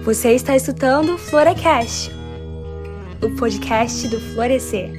Você está escutando o Florecast, o podcast do Florescer.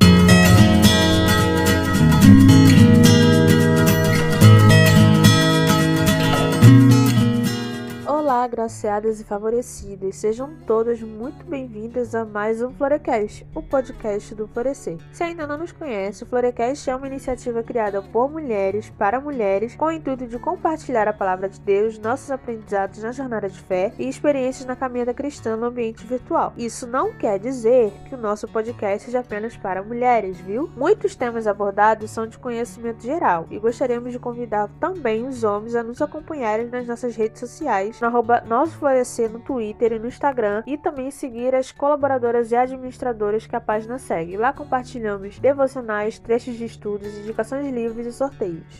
Olá, agraciadas e favorecidas, sejam todas muito bem-vindas a mais um Florecast, o podcast do Florescer. Se ainda não nos conhece, o Florecast é uma iniciativa criada por mulheres, para mulheres, com o intuito de compartilhar a palavra de Deus, nossos aprendizados na jornada de fé e experiências na caminhada cristã no ambiente virtual. Isso não quer dizer que o nosso podcast seja apenas para mulheres, viu? Muitos temas abordados são de conhecimento geral e gostaríamos de convidar também os homens a nos acompanharem nas nossas redes sociais, no Nosso Florescer no Twitter e no Instagram, e também seguir as colaboradoras e administradoras que a página segue. Lá compartilhamos devocionais, trechos de estudos, indicações de livros e sorteios.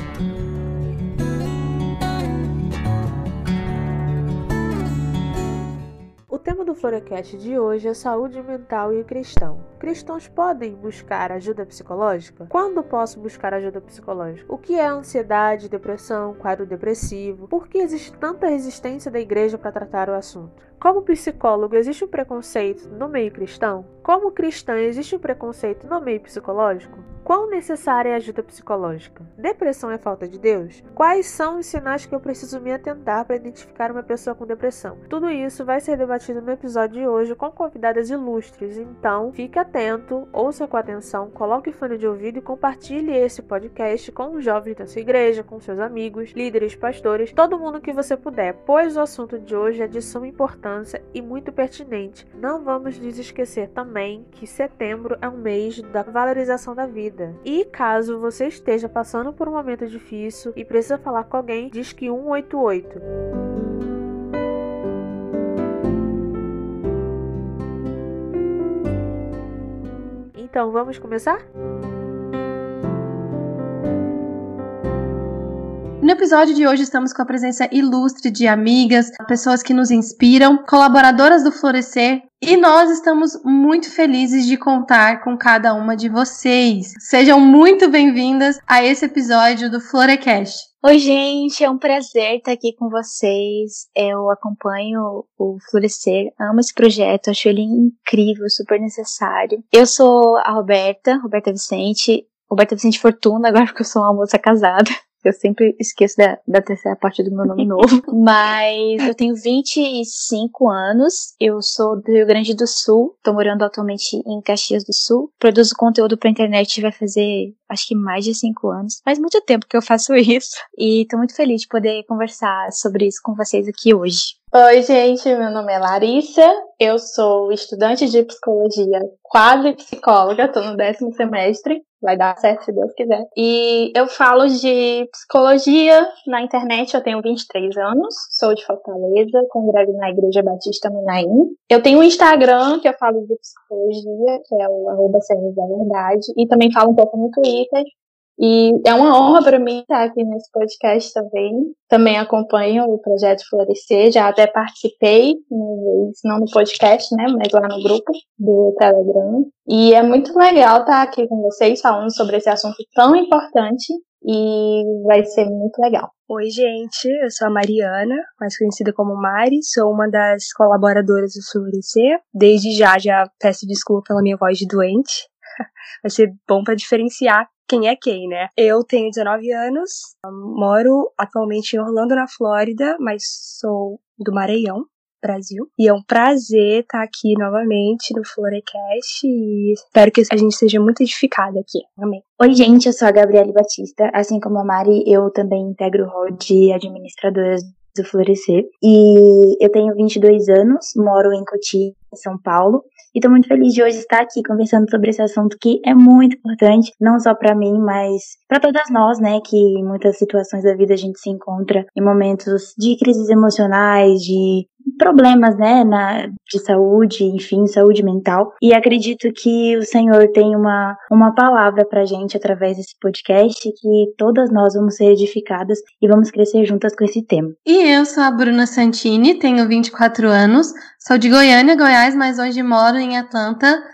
O tema do Florecast de hoje é saúde mental e o cristão. Cristãos podem buscar ajuda psicológica? Quando posso buscar ajuda psicológica? O que é ansiedade, depressão, quadro depressivo? Por que existe tanta resistência da igreja para tratar o assunto? Como psicólogo, existe um preconceito no meio cristão? Como cristã, existe um preconceito no meio psicológico? Quão necessária é a ajuda psicológica? Depressão é falta de Deus? Quais são os sinais que eu preciso me atentar para identificar uma pessoa com depressão? Tudo isso vai ser debatido no episódio de hoje com convidadas ilustres, então fique atento, ouça com atenção, coloque o fone de ouvido e compartilhe esse podcast com os jovens da sua igreja, com seus amigos, líderes, pastores, todo mundo que você puder, pois o assunto de hoje é de suma importância e muito pertinente. Não vamos nos esquecer também que setembro é um mês da valorização da vida. E caso você esteja passando por um momento difícil e precisa falar com alguém, diz que 188. Então, vamos começar? No episódio de hoje estamos com a presença ilustre de amigas, pessoas que nos inspiram, colaboradoras do Florescer, e nós estamos muito felizes de contar com cada uma de vocês. Sejam muito bem-vindas a esse episódio do Florecast. Oi, gente, é um prazer estar aqui com vocês. Eu acompanho o Florescer, amo esse projeto, acho ele incrível, super necessário. Eu sou a Roberta Vicente Fortuna, agora porque eu sou uma moça casada. Eu sempre esqueço da terceira parte do meu nome novo. Mas eu tenho 25 anos. Eu sou do Rio Grande do Sul. Tô morando atualmente em Caxias do Sul. Produzo conteúdo pra internet, vai fazer, acho que mais de 5 anos. Faz muito tempo que eu faço isso. E tô muito feliz de poder conversar sobre isso com vocês aqui hoje. Oi, gente, meu nome é Larissa, eu sou estudante de psicologia, quase psicóloga, tô no 10º semestre, vai dar certo se Deus quiser. E eu falo de psicologia na internet, eu tenho 23 anos, sou de Fortaleza, congrego na Igreja Batista Manaim. Eu tenho um Instagram que eu falo de psicologia, que é o @servosdaverdade, e também falo um pouco no Twitter. E é uma honra para mim estar aqui nesse podcast também. Também acompanho o projeto Florescer, já até participei, uma vez, não no podcast, né, mas lá no grupo do Telegram. E é muito legal estar aqui com vocês falando sobre esse assunto tão importante e vai ser muito legal. Oi, gente, eu sou a Mariana, mais conhecida como Mari, sou uma das colaboradoras do Florescer. Desde já peço desculpa pela minha voz de doente. Vai ser bom para diferenciar quem é quem, né? Eu tenho 19 anos, moro atualmente em Orlando, na Flórida, mas sou do Maranhão, Brasil. E é um prazer estar aqui novamente no Florecast e espero que a gente seja muito edificada aqui. Amém. Oi, gente, eu sou a Gabriele Batista. Assim como a Mari, eu também integro o rol de administradoras do Florescer. E eu tenho 22 anos, moro em Cotia, em São Paulo. E tô muito feliz de hoje estar aqui conversando sobre esse assunto que é muito importante, não só pra mim, mas pra todas nós, né, que em muitas situações da vida a gente se encontra em momentos de crises emocionais, de problemas, né, de saúde, enfim, saúde mental. E acredito que o Senhor tem uma palavra pra gente através desse podcast, que todas nós vamos ser edificadas e vamos crescer juntas com esse tema. E eu sou a Bruna Santini, tenho 24 anos, sou de Goiânia, Goiás, mas hoje moro em Atlanta,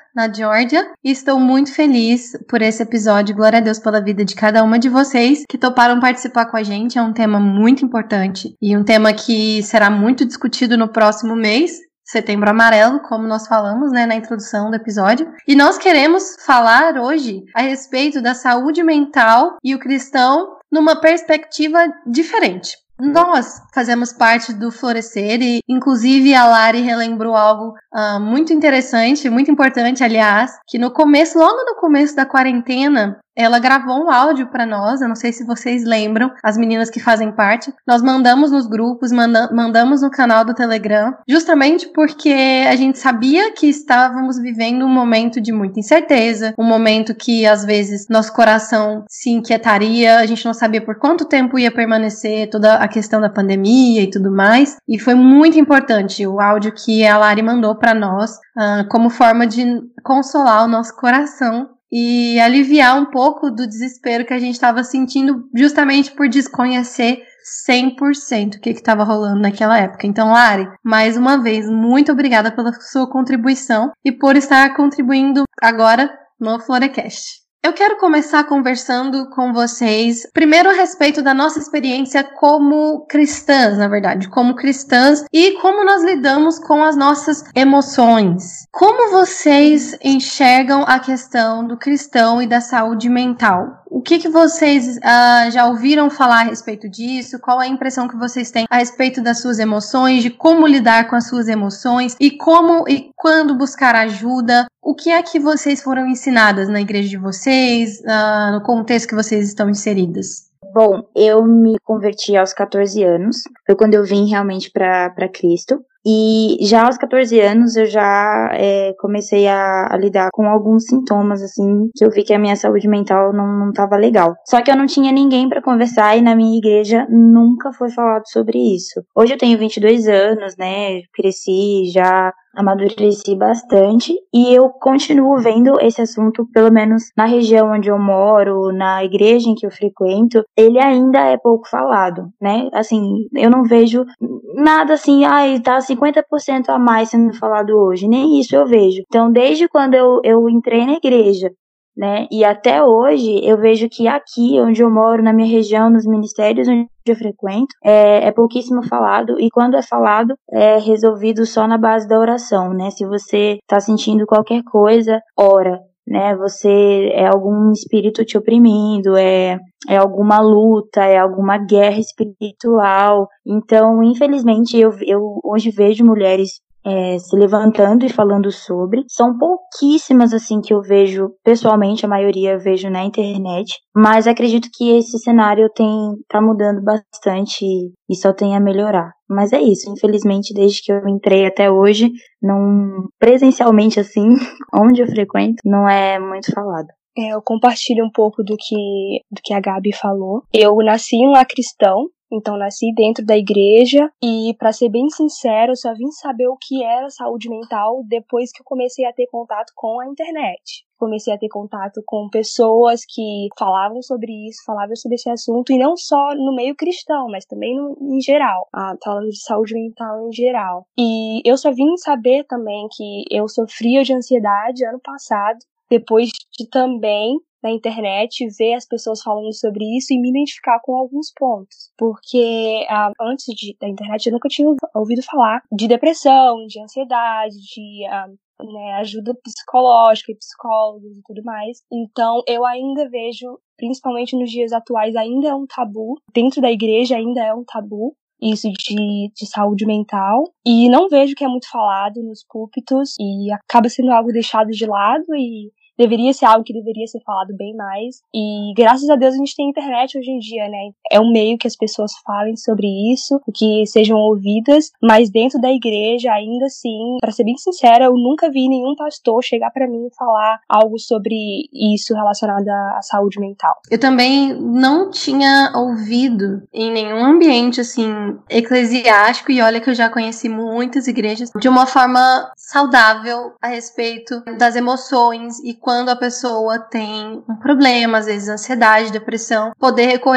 na Geórgia, e estou muito feliz por esse episódio. Glória a Deus pela vida de cada uma de vocês que toparam participar com a gente. É um tema muito importante e um tema que será muito discutido no próximo mês, Setembro Amarelo, como nós falamos, né, na introdução do episódio. E nós queremos falar hoje a respeito da saúde mental e o cristão numa perspectiva diferente. Nós fazemos parte do Florescer e, inclusive, a Lari relembrou algo muito interessante, muito importante, aliás, que logo no começo da quarentena, ela gravou um áudio para nós, eu não sei se vocês lembram, as meninas que fazem parte. Nós mandamos nos grupos, mandamos no canal do Telegram, justamente porque a gente sabia que estávamos vivendo um momento de muita incerteza, um momento que, às vezes, nosso coração se inquietaria, a gente não sabia por quanto tempo ia permanecer toda a questão da pandemia e tudo mais. E foi muito importante o áudio que a Lari mandou para nós, como forma de consolar o nosso coração e aliviar um pouco do desespero que a gente estava sentindo justamente por desconhecer 100% o que estava rolando naquela época. Então, Lari, mais uma vez, muito obrigada pela sua contribuição e por estar contribuindo agora no Florecast. Eu quero começar conversando com vocês, primeiro a respeito da nossa experiência como cristãs, na verdade, como cristãs e como nós lidamos com as nossas emoções. Como vocês enxergam a questão do cristão e da saúde mental? O que vocês já ouviram falar a respeito disso? Qual é a impressão que vocês têm a respeito das suas emoções, de como lidar com as suas emoções e como e quando buscar ajuda? O que é que vocês foram ensinadas na igreja de vocês, no contexto que vocês estão inseridas? Bom, eu me converti aos 14 anos, foi quando eu vim realmente para Cristo. E já aos 14 anos eu já comecei a lidar com alguns sintomas, assim, que eu vi que a minha saúde mental não tava legal. Só que eu não tinha ninguém para conversar e na minha igreja nunca foi falado sobre isso. Hoje eu tenho 22 anos, né, cresci, já amadureci bastante e eu continuo vendo esse assunto, pelo menos na região onde eu moro, na igreja em que eu frequento, ele ainda é pouco falado, né? Assim, eu não vejo nada assim, tá 50% a mais sendo falado hoje, nem isso eu vejo. Então, desde quando eu entrei na igreja, né, e até hoje, eu vejo que aqui onde eu moro, na minha região, nos ministérios onde eu frequento, é pouquíssimo falado, e quando é falado, é resolvido só na base da oração, né? Se você tá sentindo qualquer coisa, ora, né? É algum espírito te oprimindo, é alguma luta, é alguma guerra espiritual. Então, infelizmente, eu hoje vejo mulheres se levantando e falando sobre. São pouquíssimas, assim, que eu vejo pessoalmente, a maioria eu vejo na internet, mas acredito que esse cenário tá mudando bastante e só tem a melhorar. Mas é isso, infelizmente, desde que eu entrei até hoje, não presencialmente, assim, onde eu frequento, não é muito falado. Eu compartilho um pouco do que a Gabi falou. Eu nasci em um lar cristão, então nasci dentro da igreja e, pra ser bem sincero, eu só vim saber o que era saúde mental depois que eu comecei a ter contato com a internet. Comecei a ter contato com pessoas que falavam sobre isso, falavam sobre esse assunto, e não só no meio cristão, mas também em geral, falando de saúde mental em geral. E eu só vim saber também que eu sofria de ansiedade ano passado, depois de também na internet ver as pessoas falando sobre isso e me identificar com alguns pontos, porque antes da internet eu nunca tinha ouvido falar de depressão, de ansiedade, de ajuda psicológica e psicólogos e tudo mais. Então eu ainda vejo, principalmente nos dias atuais, ainda é um tabu, dentro da igreja ainda é um tabu isso de saúde mental, e não vejo que é muito falado nos púlpitos e acaba sendo algo deixado de lado, e deveria ser algo que deveria ser falado bem mais. E graças a Deus a gente tem internet hoje em dia, né? É um meio que as pessoas falem sobre isso, que sejam ouvidas, mas dentro da igreja, ainda assim, pra ser bem sincera, eu nunca vi nenhum pastor chegar pra mim e falar algo sobre isso relacionado à saúde mental. Eu também não tinha ouvido em nenhum ambiente, assim, eclesiástico, e olha que eu já conheci muitas igrejas, de uma forma saudável a respeito das emoções e quando a pessoa tem um problema, às vezes ansiedade, depressão, poder recorrer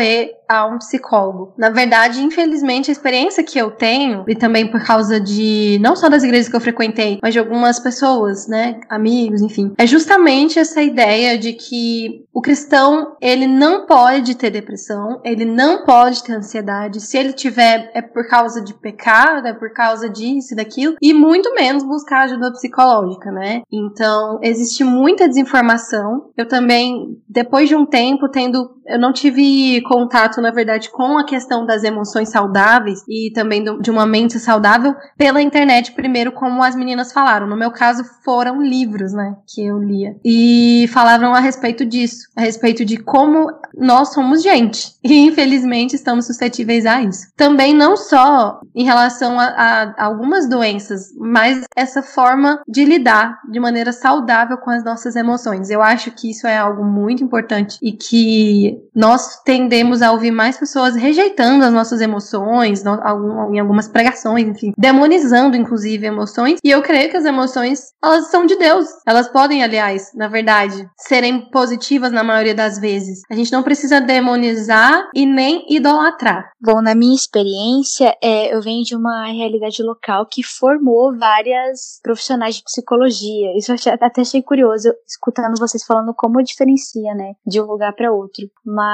a um psicólogo. Na verdade, infelizmente, a experiência que eu tenho, e também por causa de, não só das igrejas que eu frequentei, mas de algumas pessoas, né, amigos, enfim, é justamente essa ideia de que o cristão, ele não pode ter depressão, ele não pode ter ansiedade, se ele tiver é por causa de pecado, é por causa disso e daquilo, e muito menos buscar ajuda psicológica, né? Então, existe muita desinformação. Eu também, depois de um tempo, eu não tive contato, na verdade, com a questão das emoções saudáveis e também de uma mente saudável pela internet, primeiro, como as meninas falaram. No meu caso, foram livros, né, que eu lia. E falavam a respeito disso, a respeito de como nós somos gente. E, infelizmente, estamos suscetíveis a isso. Também não só em relação a algumas doenças, mas essa forma de lidar de maneira saudável com as nossas emoções. Eu acho que isso é algo muito importante e que nós tendemos a ouvir mais pessoas rejeitando as nossas emoções, em algumas pregações, enfim, demonizando, inclusive, emoções. E eu creio que as emoções, elas são de Deus. Elas podem, aliás, na verdade, serem positivas na maioria das vezes. A gente não precisa demonizar e nem idolatrar. Bom, na minha experiência, eu venho de uma realidade local que formou várias profissionais de psicologia. Isso eu até achei curioso, escutando vocês falando como diferencia, né, de um lugar para outro.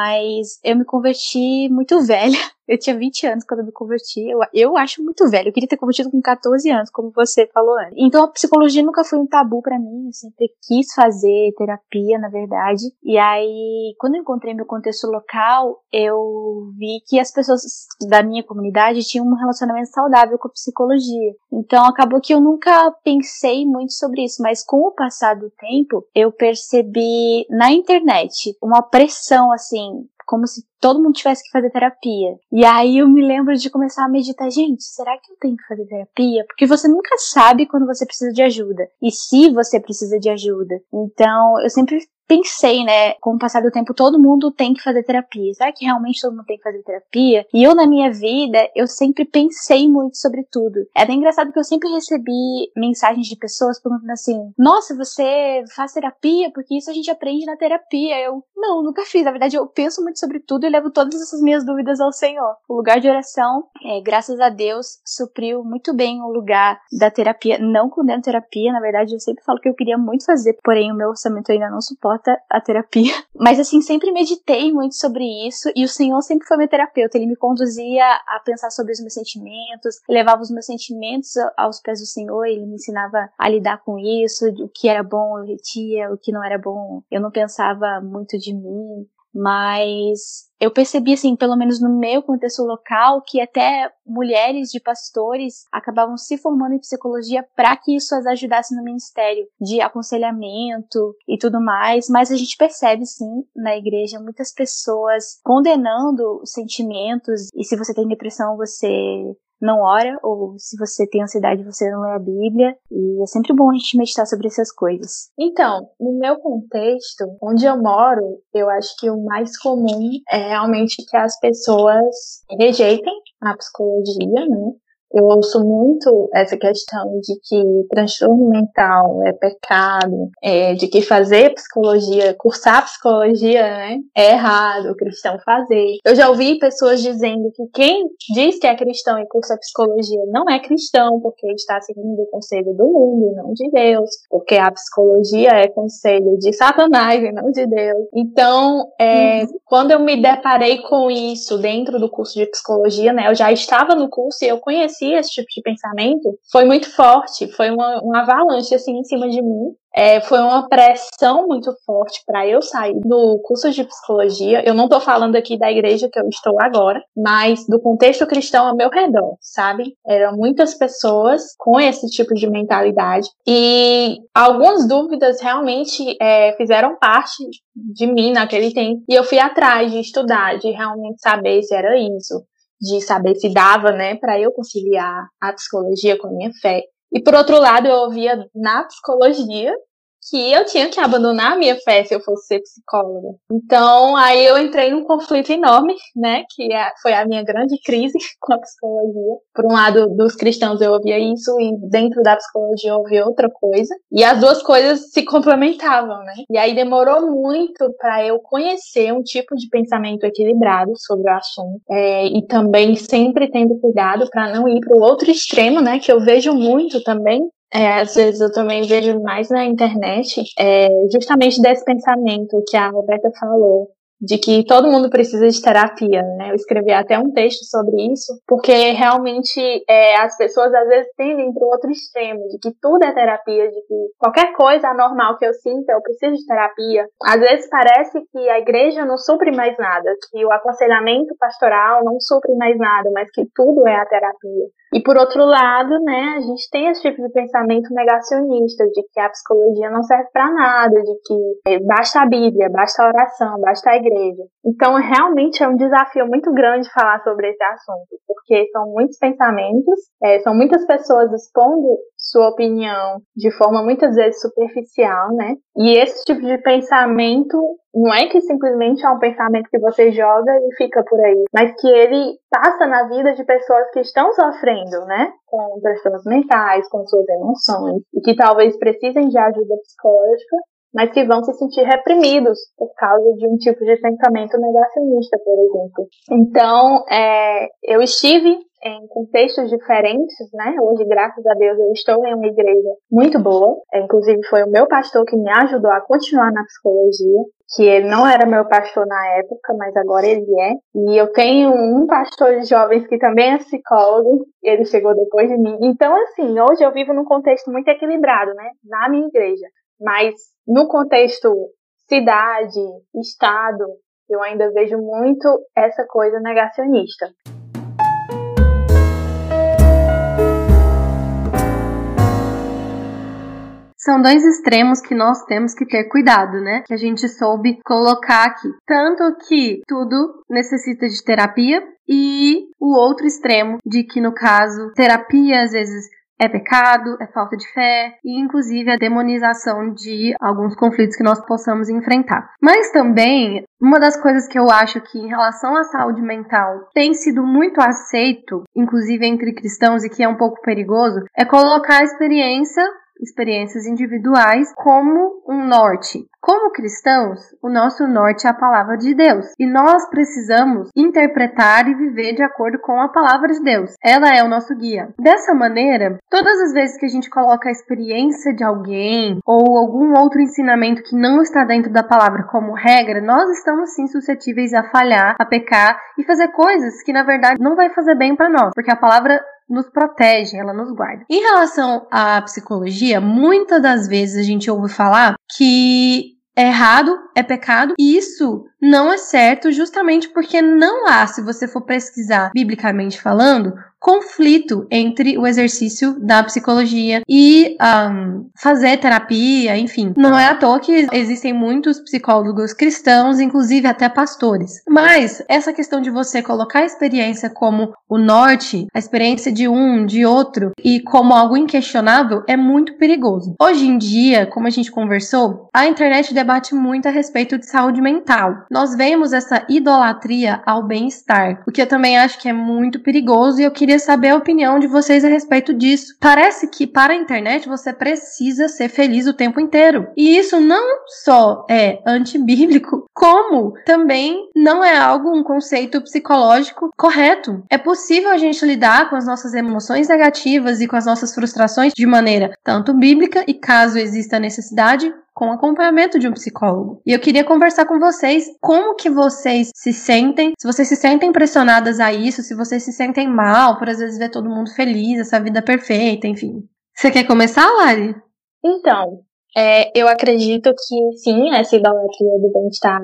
Mas eu me converti muito velha. Eu tinha 20 anos quando eu me converti. Eu acho muito velho. Eu queria ter convertido com 14 anos, como você falou antes. Então, a psicologia nunca foi um tabu pra mim. Eu sempre quis fazer terapia, na verdade. E aí, quando eu encontrei meu contexto local, eu vi que as pessoas da minha comunidade tinham um relacionamento saudável com a psicologia. Então, acabou que eu nunca pensei muito sobre isso. Mas com o passar do tempo, eu percebi na internet uma pressão, assim, como se todo mundo tivesse que fazer terapia. E aí eu me lembro de começar a meditar, gente, será que eu tenho que fazer terapia? Porque você nunca sabe quando você precisa de ajuda. E se você precisa de ajuda. Então, eu sempre pensei, né, com o passar do tempo, todo mundo tem que fazer terapia. Será que realmente todo mundo tem que fazer terapia? E eu, na minha vida, eu sempre pensei muito sobre tudo. É até engraçado que eu sempre recebi mensagens de pessoas perguntando assim, nossa, você faz terapia? Porque isso a gente aprende na terapia. Eu, não, nunca fiz. Na verdade, eu penso muito sobre tudo e levo todas essas minhas dúvidas ao Senhor. O lugar de oração, graças a Deus, supriu muito bem o lugar da terapia. Não condeno terapia, na verdade, eu sempre falo que eu queria muito fazer, porém o meu orçamento ainda não suporta a terapia. Mas assim, sempre meditei muito sobre isso e o Senhor sempre foi meu terapeuta. Ele me conduzia a pensar sobre os meus sentimentos, levava os meus sentimentos aos pés do Senhor, ele me ensinava a lidar com isso, o que era bom eu retia, o que não era bom eu não pensava muito de mim. Mas eu percebi, assim, pelo menos no meu contexto local, que até mulheres de pastores acabavam se formando em psicologia para que isso as ajudasse no ministério de aconselhamento e tudo mais. Mas a gente percebe, sim, na igreja, muitas pessoas condenando os sentimentos. E se você tem depressão, você não ora, ou se você tem ansiedade, você não lê a Bíblia, e é sempre bom a gente meditar sobre essas coisas. Então, no meu contexto, onde eu moro, eu acho que o mais comum é realmente que as pessoas rejeitem a psicologia, né? Eu ouço muito essa questão de que transtorno mental é pecado, de que fazer psicologia, cursar psicologia, né, é errado o cristão fazer. Eu já ouvi pessoas dizendo que quem diz que é cristão e cursa psicologia não é cristão, porque está seguindo o conselho do mundo e não de Deus, porque a psicologia é conselho de Satanás e não de Deus. Então, quando eu me deparei com isso dentro do curso de psicologia, né, eu já estava no curso e eu conheci esse tipo de pensamento, foi muito forte, foi uma avalanche assim em cima de mim. Foi uma pressão muito forte para eu sair do curso de psicologia. Eu não estou falando aqui da igreja que eu estou agora, mas do contexto cristão ao meu redor, sabe? Eram muitas pessoas com esse tipo de mentalidade e algumas dúvidas realmente fizeram parte de mim naquele tempo. E eu fui atrás de estudar, de realmente saber se era isso, de saber se dava, né, para eu conciliar a psicologia com a minha fé. E por outro lado, eu ouvia na psicologia que eu tinha que abandonar a minha fé se eu fosse ser psicóloga. Então, aí eu entrei num conflito enorme, né, foi a minha grande crise com a psicologia. Por um lado, dos cristãos eu ouvia isso e dentro da psicologia eu ouvia outra coisa. E as duas coisas se complementavam, né? E aí demorou muito para eu conhecer um tipo de pensamento equilibrado sobre o assunto. E também sempre tendo cuidado para não ir para o outro extremo, né, que eu vejo muito também. Às vezes eu também vejo mais na internet, justamente desse pensamento que a Roberta falou, de que todo mundo precisa de terapia, né? Eu escrevi até um texto sobre isso, porque realmente as pessoas às vezes tendem para o outro extremo, de que tudo é terapia, de que qualquer coisa anormal que eu sinta, eu preciso de terapia. Às vezes parece que a igreja não supre mais nada, que o aconselhamento pastoral não supre mais nada, mas que tudo é a terapia. E por outro lado, né, a gente tem esse tipo de pensamento negacionista, de que a psicologia não serve para nada, de que basta a Bíblia, basta a oração, basta a igreja. Então, realmente é um desafio muito grande falar sobre esse assunto, porque são muitos pensamentos, são muitas pessoas expondo sua opinião de forma muitas vezes superficial, né? E esse tipo de pensamento não é que simplesmente é um pensamento que você joga e fica por aí, mas que ele passa na vida de pessoas que estão sofrendo, né? Com transtornos mentais, com suas emoções, e que talvez precisem de ajuda psicológica, mas que vão se sentir reprimidos por causa de um tipo de pensamento negacionista, por exemplo. Então, eu estive em contextos diferentes, né? Hoje, graças a Deus, eu estou em uma igreja muito boa. Inclusive, foi o meu pastor que me ajudou a continuar na psicologia, que ele não era meu pastor na época, mas agora ele é. E eu tenho um pastor de jovens que também é psicólogo, ele chegou depois de mim. Então, assim, hoje eu vivo num contexto muito equilibrado, né? Na minha igreja. Mas no contexto cidade, estado, eu ainda vejo muito essa coisa negacionista. São dois extremos que nós temos que ter cuidado, né? Que a gente soube colocar aqui. Tanto que tudo necessita de terapia e o outro extremo de que, no caso, terapia às vezes é pecado, é falta de fé e, inclusive, a demonização de alguns conflitos que nós possamos enfrentar. Mas também, uma das coisas que eu acho que, em relação à saúde mental, tem sido muito aceito, inclusive entre cristãos, e que é um pouco perigoso, é colocar a experiências individuais como um norte. Como cristãos, o nosso norte é a palavra de Deus e nós precisamos interpretar e viver de acordo com a palavra de Deus. Ela é o nosso guia. Dessa maneira, todas as vezes que a gente coloca a experiência de alguém ou algum outro ensinamento que não está dentro da palavra como regra, nós estamos sim suscetíveis a falhar, a pecar e fazer coisas que na verdade não vai fazer bem para nós, porque a palavra nos protege, ela nos guarda. Em relação à psicologia, muitas das vezes a gente ouve falar que é errado, é pecado, e isso não é certo justamente porque não há, se você for pesquisar biblicamente falando, conflito entre o exercício da psicologia e fazer terapia, enfim. Não é à toa que existem muitos psicólogos cristãos, inclusive até pastores. Mas essa questão de você colocar a experiência como o norte, a experiência de um, de outro, e como algo inquestionável, é muito perigoso. Hoje em dia, como a gente conversou, a internet debate muito a respeito de saúde mental. Nós vemos essa idolatria ao bem-estar, o que eu também acho que é muito perigoso e eu queria saber a opinião de vocês a respeito disso. Parece que para a internet você precisa ser feliz o tempo inteiro. E isso não só é antibíblico, como também não é um conceito psicológico correto. É possível a gente lidar com as nossas emoções negativas e com as nossas frustrações de maneira tanto bíblica e, caso exista a necessidade, com acompanhamento de um psicólogo. E eu queria conversar com vocês como que vocês se sentem, se vocês se sentem pressionadas a isso, se vocês se sentem mal por às vezes ver todo mundo feliz, essa vida perfeita, enfim. Você quer começar, Lari? Então, eu acredito que sim, essa idolatria do bem-estar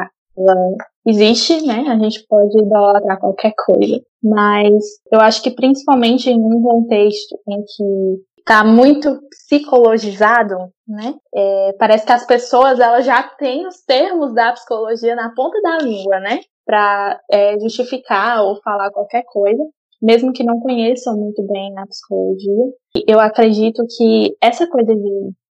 existe, né? A gente pode idolatrar qualquer coisa, mas eu acho que principalmente em um contexto em que tá muito psicologizado, né? Parece que as pessoas elas já têm os termos da psicologia na ponta da língua, né? Para justificar ou falar qualquer coisa, mesmo que não conheçam muito bem a psicologia. Eu acredito que essa coisa de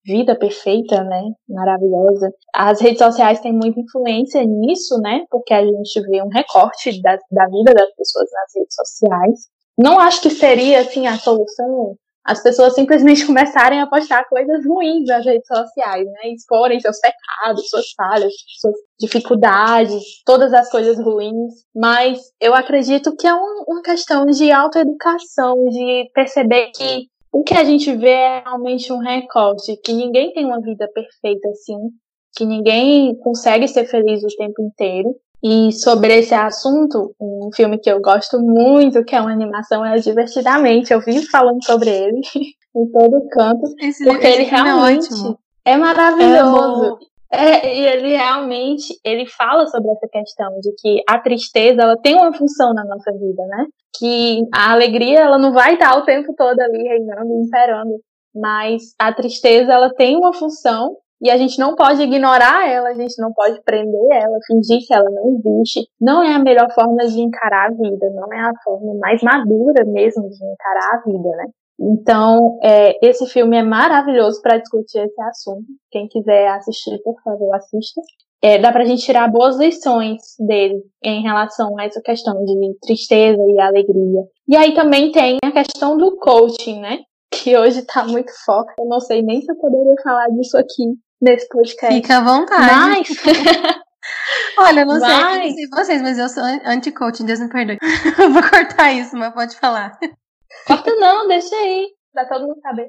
vida perfeita, né, maravilhosa. As redes sociais têm muita influência nisso, né, porque a gente vê um recorte da vida das pessoas nas redes sociais. Não acho que seria, assim, a solução as pessoas simplesmente começarem a postar coisas ruins nas redes sociais, né, exporem seus pecados, suas falhas, suas dificuldades, todas as coisas ruins, mas eu acredito que é uma questão de autoeducação, de perceber que o que a gente vê é realmente um recorte, que ninguém tem uma vida perfeita assim, que ninguém consegue ser feliz o tempo inteiro. E sobre esse assunto, um filme que eu gosto muito, que é uma animação, é Divertidamente. Eu vivo falando sobre ele em todo canto, porque ele realmente é maravilhoso. E ele realmente, ele fala sobre essa questão de que a tristeza, ela tem uma função na nossa vida, né? Que a alegria, ela não vai estar o tempo todo ali reinando, imperando, mas a tristeza, ela tem uma função e a gente não pode ignorar ela, a gente não pode prender ela, fingir que ela não existe. Não é a melhor forma de encarar a vida, não é a forma mais madura mesmo de encarar a vida, né? Então, esse filme é maravilhoso para discutir esse assunto. Quem quiser assistir, por favor, assista. Dá pra gente tirar boas lições dele em relação a essa questão de tristeza e alegria. E aí também tem a questão do coaching, né? Que hoje tá muito foco. Eu não sei nem se eu poderia falar disso aqui nesse podcast. Fica à vontade. Mas... Olha, eu não sei vocês, mas eu sou anti-coaching, Deus me perdoe. Eu vou cortar isso, mas pode falar. Corta não, deixa aí, pra todo mundo saber.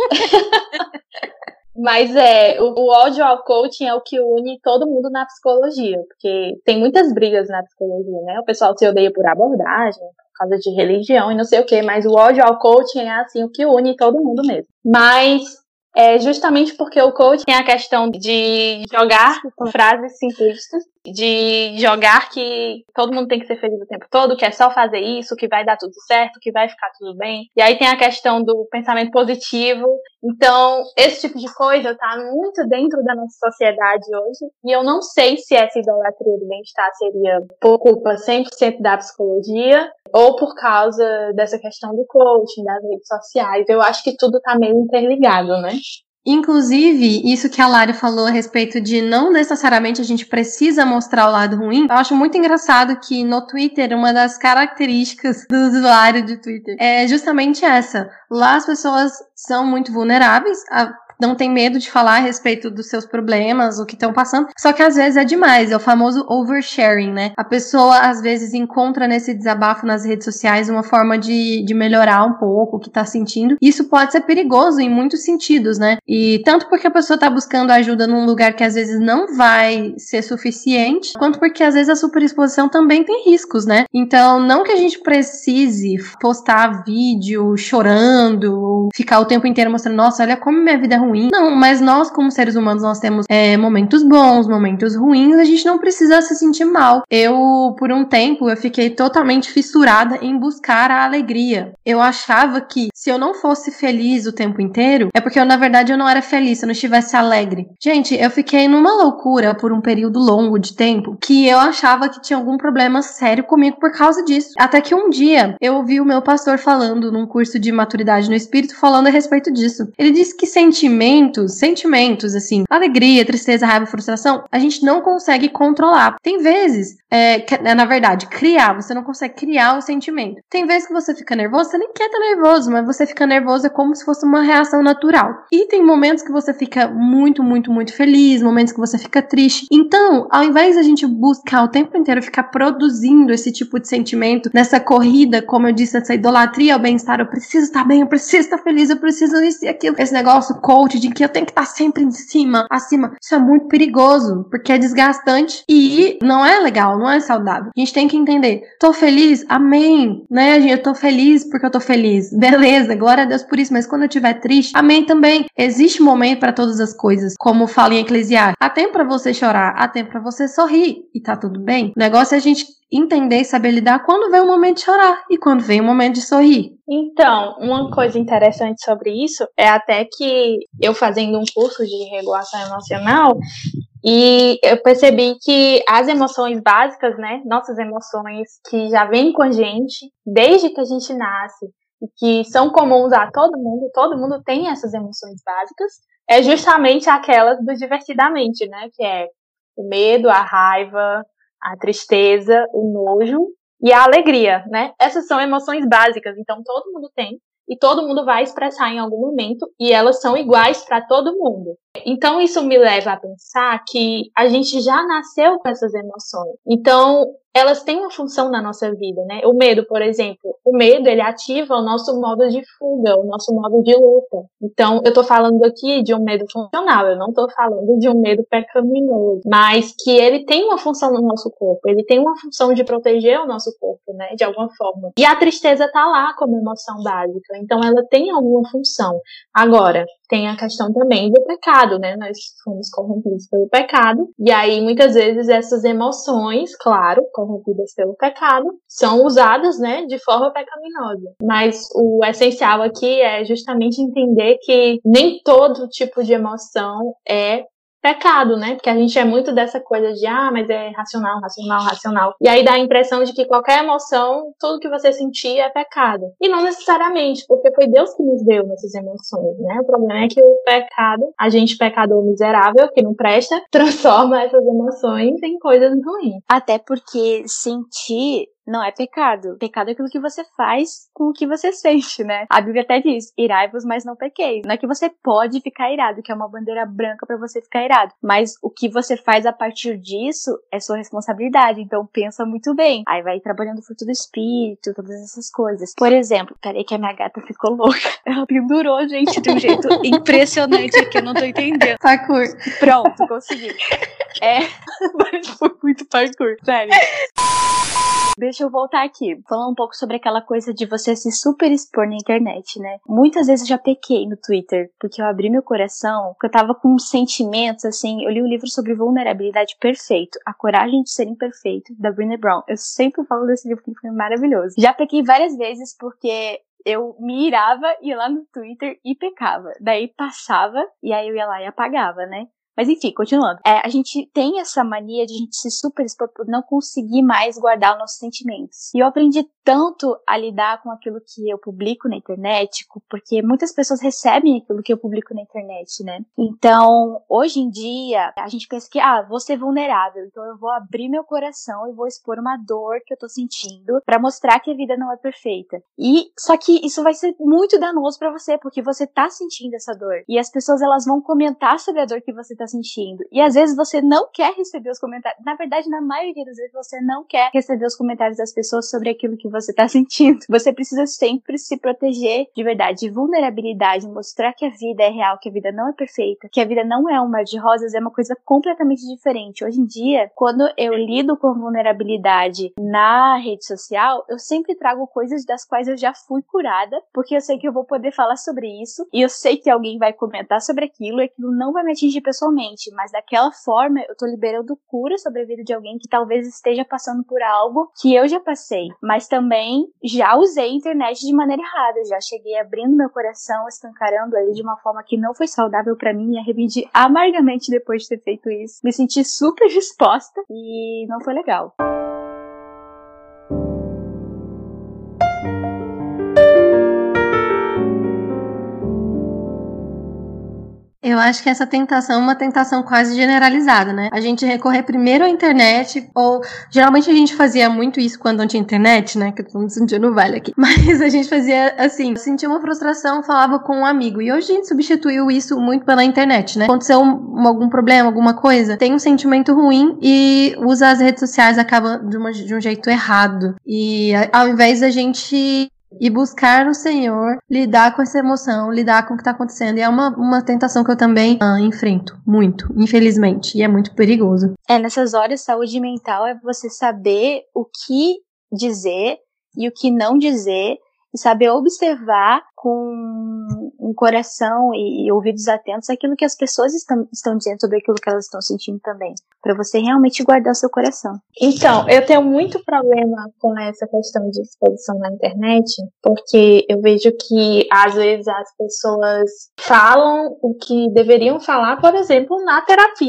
Mas o ódio ao coaching é o que une todo mundo na psicologia, porque tem muitas brigas na psicologia, né? O pessoal se odeia por abordagem, por causa de religião e não sei o que, mas o ódio ao coaching é assim o que une todo mundo mesmo. Mas é justamente porque o coaching tem a questão de jogar frases simplistas, de jogar que todo mundo tem que ser feliz o tempo todo, que é só fazer isso, que vai dar tudo certo, que vai ficar tudo bem. E aí tem a questão do pensamento positivo. Então, esse tipo de coisa tá muito dentro da nossa sociedade hoje. E eu não sei se essa idolatria do bem-estar seria por culpa 100% da psicologia ou por causa dessa questão do coaching, das redes sociais. Eu acho que tudo tá meio interligado, né? Inclusive, isso que a Lari falou a respeito de não necessariamente a gente precisa mostrar o lado ruim, eu acho muito engraçado que no Twitter, uma das características do usuário de Twitter é justamente essa. Lá as pessoas são muito vulneráveis, não tem medo de falar a respeito dos seus problemas, o que estão passando, só que às vezes é demais, é o famoso oversharing, né? A pessoa às vezes encontra nesse desabafo nas redes sociais uma forma de melhorar um pouco o que tá sentindo. Isso pode ser perigoso em muitos sentidos, né? E tanto porque a pessoa tá buscando ajuda num lugar que às vezes não vai ser suficiente, quanto porque às vezes a superexposição também tem riscos, né? Então, não que a gente precise postar vídeo chorando, ficar o tempo inteiro mostrando, nossa, olha como minha vida é ruim. Não, mas nós como seres humanos, nós temos momentos bons, momentos ruins, a gente não precisa se sentir mal. Eu, por um tempo, eu fiquei totalmente fissurada em buscar a alegria. Eu achava que se eu não fosse feliz o tempo inteiro, é porque na verdade eu não era feliz, se eu não estivesse alegre. Gente, eu fiquei numa loucura por um período longo de tempo, que eu achava que tinha algum problema sério comigo por causa disso. Até que um dia, eu ouvi o meu pastor falando num curso de maturidade no espírito, falando a respeito disso. Ele disse que sentimentos, assim, alegria, tristeza, raiva, frustração, a gente não consegue controlar. Tem vezes, na verdade, você não consegue criar o sentimento. Tem vezes que você fica nervoso, você nem quer estar nervoso, mas você fica nervoso é como se fosse uma reação natural. E tem momentos que você fica muito, muito, muito feliz, momentos que você fica triste. Então, ao invés da gente buscar o tempo inteiro ficar produzindo esse tipo de sentimento, nessa corrida, como eu disse, essa idolatria ao bem-estar, eu preciso estar bem, eu preciso estar feliz, eu preciso isso e aquilo, esse negócio coach de que eu tenho que estar sempre em cima, acima, isso é muito perigoso, porque é desgastante e não é legal, não é saudável. A gente tem que entender, tô feliz? Amém, né, gente? Eu tô feliz porque eu tô feliz, beleza, glória a Deus por isso, mas quando eu estiver triste, amém também. Existe momento para todas as coisas, como fala em Eclesiastes, há tempo pra você chorar, há tempo pra você sorrir, e tá tudo bem. O negócio é a gente entender e saber lidar quando vem o momento de chorar e quando vem o momento de sorrir. Então, uma coisa interessante sobre isso é até que eu fazendo um curso de regulação emocional e eu percebi que as emoções básicas, né, nossas emoções que já vêm com a gente desde que a gente nasce e que são comuns a todo mundo tem essas emoções básicas, é justamente aquelas do divertidamente, né? Que é o medo, a raiva, a tristeza, o nojo e a alegria, né? Essas são emoções básicas, então todo mundo tem e todo mundo vai expressar em algum momento e elas são iguais para todo mundo. Então isso me leva a pensar que a gente já nasceu com essas emoções. Então elas têm uma função na nossa vida, né? O medo, por exemplo, o medo ele ativa o nosso modo de fuga, o nosso modo de luta. Então eu tô falando aqui de um medo funcional, eu não tô falando de um medo pecaminoso, mas que ele tem uma função no nosso corpo, ele tem uma função de proteger o nosso corpo, né? De alguma forma. E a tristeza tá lá como emoção básica, então ela tem alguma função. Agora, tem a questão também do pecado, né? Nós fomos corrompidos pelo pecado. E aí, muitas vezes, essas emoções, claro, corrompidas pelo pecado, são usadas, né, de forma pecaminosa. Mas o essencial aqui é justamente entender que nem todo tipo de emoção é pecado, né? Porque a gente é muito dessa coisa de, mas é racional, racional, racional. E aí dá a impressão de que qualquer emoção, tudo que você sentir é pecado. E não necessariamente, porque foi Deus que nos deu essas emoções, né? O problema é que o pecado, a gente pecador miserável, que não presta, transforma essas emoções em coisas ruins. Até porque sentir não é pecado. Pecado é aquilo que você faz com o que você sente, né? A Bíblia até diz, irai-vos, mas não pequeis. Não é que você pode ficar irado, que é uma bandeira branca pra você ficar irado. Mas o que você faz a partir disso é sua responsabilidade. Então pensa muito bem. Aí vai trabalhando o fruto do espírito, todas essas coisas. Por exemplo, peraí que a minha gata ficou louca. Ela pendurou, gente, de um jeito impressionante aqui, eu não tô entendendo. Parkour. Pronto, consegui. Mas foi muito parkour, sério. Deixa eu voltar aqui, falando um pouco sobre aquela coisa de você se super expor na internet, né? Muitas vezes eu já pequei no Twitter, porque eu abri meu coração, porque eu tava com sentimentos, assim, eu li um livro sobre vulnerabilidade perfeito, A Coragem de Ser Imperfeito, da Brené Brown. Eu sempre falo desse livro, que foi maravilhoso. Já pequei várias vezes, porque eu me irava, ia lá no Twitter e pecava. Daí passava, e aí eu ia lá e apagava, né? Mas enfim, continuando. A gente tem essa mania de a gente se super expor por não conseguir mais guardar os nossos sentimentos. E eu aprendi tanto a lidar com aquilo que eu publico na internet, porque muitas pessoas recebem aquilo que eu publico na internet, né? Então, hoje em dia, a gente pensa que, vou ser vulnerável, então eu vou abrir meu coração e vou expor uma dor que eu tô sentindo pra mostrar que a vida não é perfeita. Só que isso vai ser muito danoso pra você, porque você tá sentindo essa dor. E as pessoas, elas vão comentar sobre a dor que você tá sentindo. E às vezes você não quer receber os comentários. Na verdade, na maioria das vezes você não quer receber os comentários das pessoas sobre aquilo que você tá sentindo. Você precisa sempre se proteger de verdade, de vulnerabilidade, mostrar que a vida é real, que a vida não é perfeita, que a vida não é um mar de rosas, é uma coisa completamente diferente. Hoje em dia, quando eu lido com vulnerabilidade na rede social, eu sempre trago coisas das quais eu já fui curada, porque eu sei que eu vou poder falar sobre isso, e eu sei que alguém vai comentar sobre aquilo, e aquilo não vai me atingir pessoalmente, mas daquela forma eu tô liberando cura sobre a vida de alguém que talvez esteja passando por algo que eu já passei, mas também já usei a internet de maneira errada, já cheguei abrindo meu coração, escancarando ele de uma forma que não foi saudável pra mim, me arrependi amargamente depois de ter feito isso, me senti super exposta e não foi legal. Eu acho que essa tentação é uma tentação quase generalizada, né? A gente recorrer primeiro à internet, ou geralmente a gente fazia muito isso quando não tinha internet, né? Que eu tô me sentindo velha aqui. Mas a gente fazia assim, sentia uma frustração, falava com um amigo. E hoje a gente substituiu isso muito pela internet, né? Aconteceu algum problema, alguma coisa, tem um sentimento ruim e usa as redes sociais, acaba de um jeito errado. E ao invés da gente e buscar no Senhor, lidar com essa emoção, lidar com o que está acontecendo. E é uma tentação que eu também enfrento, muito, infelizmente. E é muito perigoso. Nessas horas, saúde mental é você saber o que dizer e o que não dizer, e saber observar com um coração e ouvidos atentos aquilo que as pessoas estão dizendo sobre aquilo que elas estão sentindo também, para você realmente guardar o seu coração. Então, eu tenho muito problema com essa questão de exposição na internet, porque eu vejo que às vezes as pessoas falam o que deveriam falar, por exemplo, na terapia,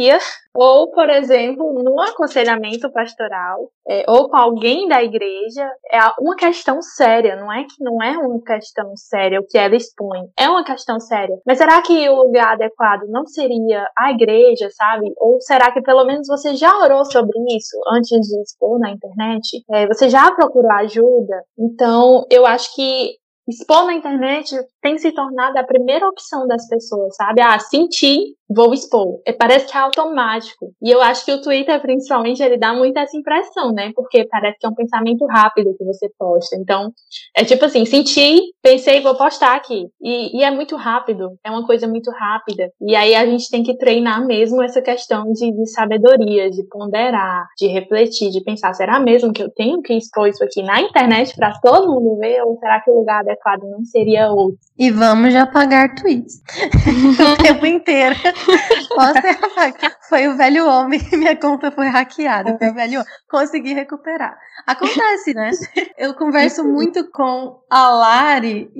Ou, por exemplo, no aconselhamento pastoral, ou com alguém da igreja, é uma questão séria, não é que não é uma questão séria o que ela expõe, é uma questão séria. Mas será que o lugar adequado não seria a igreja, sabe? Ou será que pelo menos você já orou sobre isso antes de expor na internet? Você já procurou ajuda? Então, eu acho que expor na internet tem se tornado a primeira opção das pessoas, sabe? Senti, vou expor. Parece que é automático. E eu acho que o Twitter, principalmente, ele dá muito essa impressão, né? Porque parece que é um pensamento rápido que você posta. Então, é tipo assim, senti, pensei, vou postar aqui. E é muito rápido. É uma coisa muito rápida. E aí a gente tem que treinar mesmo essa questão de sabedoria, de ponderar, de refletir, de pensar, será mesmo que eu tenho que expor isso aqui na internet para todo mundo ver? Ou será que o lugar adequado não seria outro? E vamos já apagar tweets o tempo inteiro. Foi o velho homem, minha conta foi hackeada. Foi o velho homem. Consegui recuperar. Acontece, né? Eu converso muito com a Lari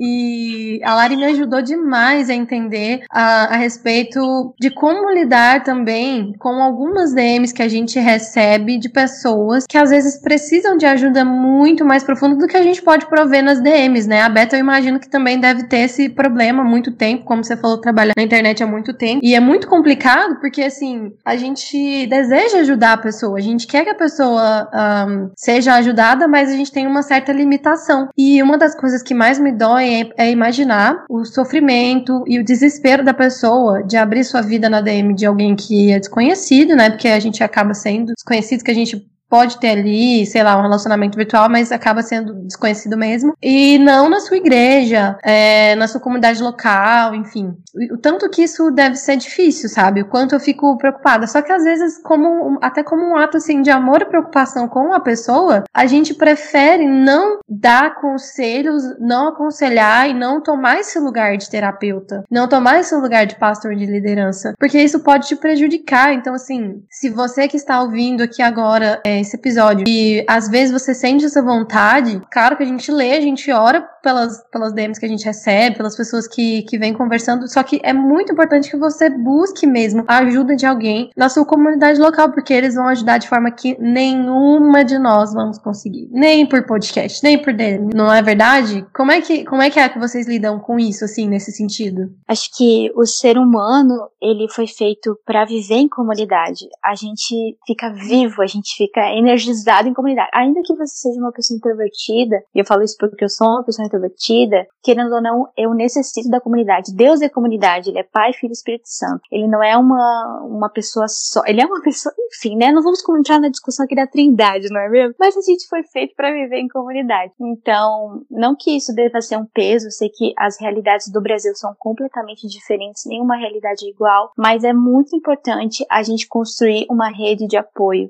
e a Lari me ajudou demais a entender a respeito de como lidar também com algumas DMs que a gente recebe de pessoas que às vezes precisam de ajuda muito mais profunda do que a gente pode prover nas DMs, né? A Beta, eu imagino que também deve ter esse problema há muito tempo, como você falou, trabalhar na internet há muito tempo. E é muito complicado porque, assim, a gente deseja ajudar a pessoa, a gente quer que a pessoa seja ajudada, mas a gente tem uma certa limitação. E uma das coisas que mais me dói é imaginar o sofrimento e o desespero da pessoa de abrir sua vida na DM de alguém que é desconhecido, né? Porque a gente acaba sendo desconhecido, que a gente pode ter ali, sei lá, um relacionamento virtual, mas acaba sendo desconhecido mesmo. E não na sua igreja, na sua comunidade local, enfim. O tanto que isso deve ser difícil, sabe? O quanto eu fico preocupada. Só que às vezes, até como um ato, assim, de amor e preocupação com a pessoa, a gente prefere não dar conselhos, não aconselhar e não tomar esse lugar de terapeuta. Não tomar esse lugar de pastor de liderança. Porque isso pode te prejudicar. Então, assim, se você que está ouvindo aqui agora esse episódio e às vezes você sente essa vontade, claro que a gente lê, a gente ora pelas DMs que a gente recebe, pelas pessoas que vêm conversando, só que é muito importante que você busque mesmo a ajuda de alguém na sua comunidade local, porque eles vão ajudar de forma que nenhuma de nós vamos conseguir, nem por podcast, nem por DM, não é verdade? Como é que vocês lidam com isso, assim, nesse sentido? Acho que o ser humano, ele foi feito para viver em comunidade. A gente fica vivo, a gente fica energizado em comunidade. Ainda que você seja uma pessoa introvertida, e eu falo isso porque eu sou uma pessoa introvertida, querendo ou não, eu necessito da comunidade. Deus é comunidade, ele é Pai, Filho e Espírito Santo. Ele não é uma pessoa só, ele é uma pessoa, enfim, né? Não vamos entrar na discussão aqui da Trindade, não é mesmo? Mas a gente foi feito para viver em comunidade. Então, não que isso deva ser um peso, eu sei que as realidades do Brasil são completamente diferentes, nenhuma realidade é igual, mas é muito importante a gente construir uma rede de apoio,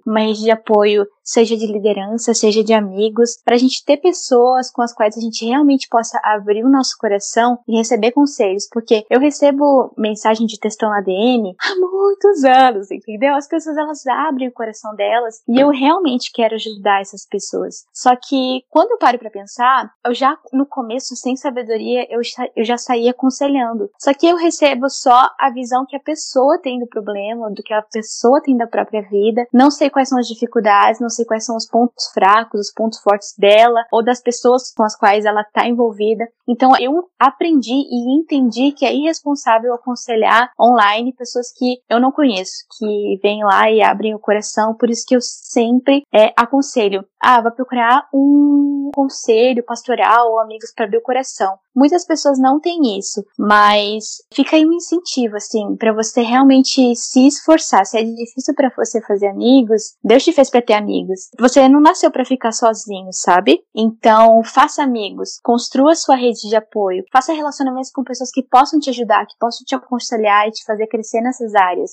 seja de liderança, seja de amigos, para a gente ter pessoas com as quais a gente realmente possa abrir o nosso coração e receber conselhos, porque eu recebo mensagem de textão na DM há muitos anos, entendeu? As pessoas, elas abrem o coração delas e eu realmente quero ajudar essas pessoas. Só que quando eu paro para pensar, eu já no começo, sem sabedoria, eu já saía aconselhando. Só que eu recebo só a visão que a pessoa tem do problema, do que a pessoa tem da própria vida, não sei quais são as dificuldades, não sei quais são os pontos fracos, os pontos fortes dela, ou das pessoas com as quais ela está envolvida. Então eu aprendi e entendi que é irresponsável aconselhar online pessoas que eu não conheço, que vêm lá e abrem o coração. Por isso que eu sempre aconselho, vai procurar um conselho pastoral ou amigos para abrir o coração. Muitas pessoas não têm isso, mas fica aí um incentivo, assim, para você realmente se esforçar. Se é difícil para você fazer amigos, Deus te fez para ter amigos. Você não nasceu para ficar sozinho, sabe? Então, faça amigos, construa sua rede de apoio, faça relacionamentos com pessoas que possam te ajudar, que possam te aconselhar e te fazer crescer nessas áreas.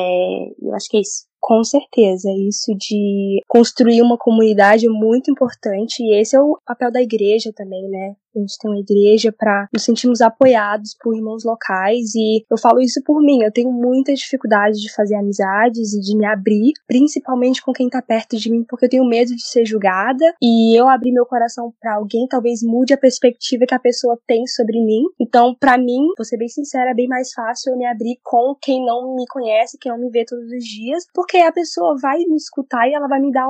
Eu acho que é isso. Com certeza, isso de construir uma comunidade é muito importante e esse é o papel da igreja também, né? A gente tem uma igreja para nos sentirmos apoiados por irmãos locais, e eu falo isso por mim. Eu tenho muita dificuldade de fazer amizades e de me abrir, principalmente com quem tá perto de mim, porque eu tenho medo de ser julgada, e eu abrir meu coração para alguém talvez mude a perspectiva que a pessoa tem sobre mim. Então, para mim, vou ser bem sincera, é bem mais fácil eu me abrir com quem não me conhece, quem não me vê todos os dias, porque a pessoa vai me escutar e ela vai me dar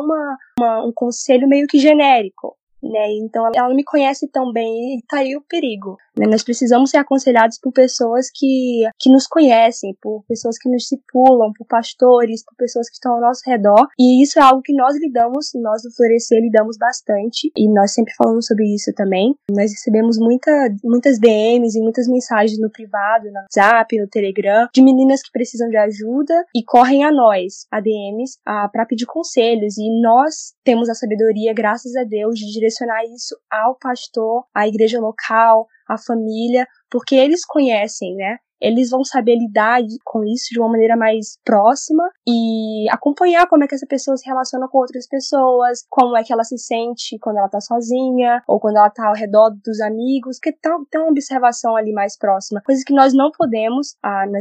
um conselho meio que genérico, né? Então ela não me conhece tão bem, e tá aí o perigo, né? Nós precisamos ser aconselhados por pessoas que nos conhecem, por pessoas que nos discipulam, por pastores, por pessoas que estão ao nosso redor, e isso é algo que nós do Florescer lidamos bastante, e nós sempre falamos sobre isso também. Nós recebemos muitas DMs e muitas mensagens no privado, no WhatsApp, no Telegram, de meninas que precisam de ajuda e correm a nós, a DMs, para pedir conselhos, e nós temos a sabedoria, graças a Deus, de direcionar isso ao pastor, à igreja local, à família, porque eles conhecem, né? Eles vão saber lidar com isso de uma maneira mais próxima e acompanhar como é que essa pessoa se relaciona com outras pessoas, como é que ela se sente quando ela tá sozinha, ou quando ela tá ao redor dos amigos, porque tem uma observação ali mais próxima, coisa que nós não podemos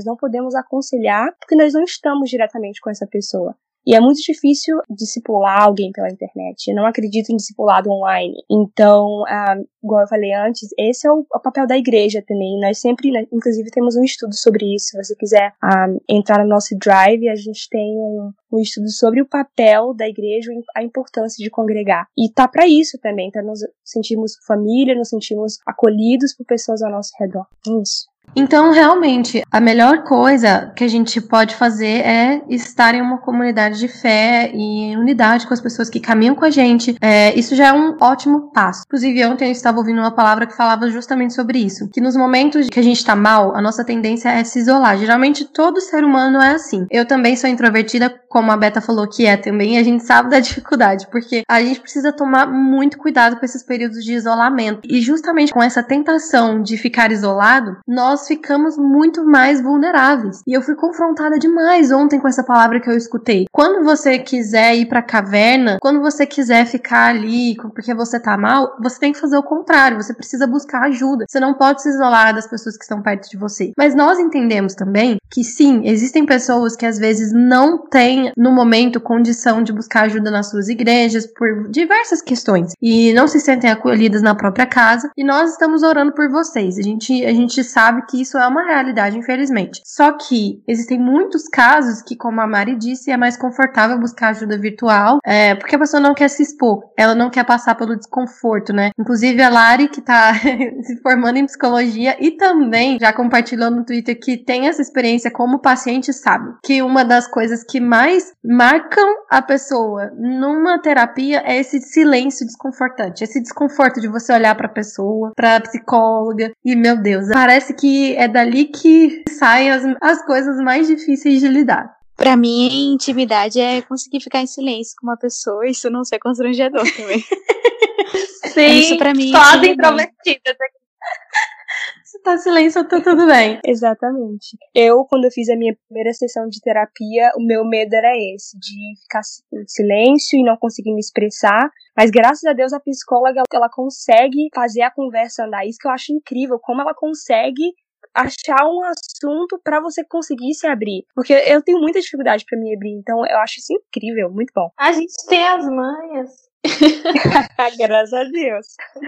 aconselhar, porque nós não estamos diretamente com essa pessoa. E é muito difícil discipular alguém pela internet. Eu não acredito em discipulado online. Então, igual eu falei antes, esse é o papel da igreja também. Nós sempre, inclusive, temos um estudo sobre isso. Se você quiser entrar no nosso Drive, a gente tem um estudo sobre o papel da igreja, a importância de congregar. E tá para isso também, para nos sentirmos família, nos sentirmos acolhidos por pessoas ao nosso redor. É isso. Então, realmente, a melhor coisa que a gente pode fazer é estar em uma comunidade de fé e em unidade com as pessoas que caminham com a gente. Isso já é um ótimo passo. Inclusive, ontem eu estava ouvindo uma palavra que falava justamente sobre isso. Que nos momentos que a gente tá mal, a nossa tendência é se isolar. Geralmente, todo ser humano é assim. Eu também sou introvertida, como a Beta falou que é também, e a gente sabe da dificuldade, porque a gente precisa tomar muito cuidado com esses períodos de isolamento. E justamente com essa tentação de ficar isolado, nós ficamos muito mais vulneráveis. E eu fui confrontada demais ontem com essa palavra que eu escutei. Quando você quiser ir pra caverna, quando você quiser ficar ali porque você tá mal, você tem que fazer o contrário, você precisa buscar ajuda. Você não pode se isolar das pessoas que estão perto de você. Mas nós entendemos também que sim, existem pessoas que às vezes não têm no momento condição de buscar ajuda nas suas igrejas por diversas questões e não se sentem acolhidas na própria casa, e nós estamos orando por vocês. A gente sabe que isso é uma realidade, infelizmente. Só que existem muitos casos que, como a Mari disse, é mais confortável buscar ajuda virtual, porque a pessoa não quer se expor, ela não quer passar pelo desconforto, né? Inclusive a Lari, que tá se formando em psicologia e também já compartilhou no Twitter que tem essa experiência como paciente, sabe que uma das coisas que mais marcam a pessoa numa terapia é esse silêncio desconfortante, esse desconforto de você olhar pra pessoa, pra psicóloga, e meu Deus, parece que é dali que saem as coisas mais difíceis de lidar. Pra mim, intimidade é conseguir ficar em silêncio com uma pessoa e isso não ser constrangedor também. Sim, isso pra mim, toda introvertida. Se tá silêncio, tá tudo bem. Exatamente. Quando eu fiz a minha primeira sessão de terapia, o meu medo era esse, de ficar em silêncio e não conseguir me expressar. Mas graças a Deus a psicóloga, ela consegue fazer a conversa andar. Isso que eu acho incrível, como ela consegue achar um assunto pra você conseguir se abrir. Porque eu tenho muita dificuldade pra me abrir, então eu acho isso incrível, muito bom. A gente tem as manhas. Graças a Deus.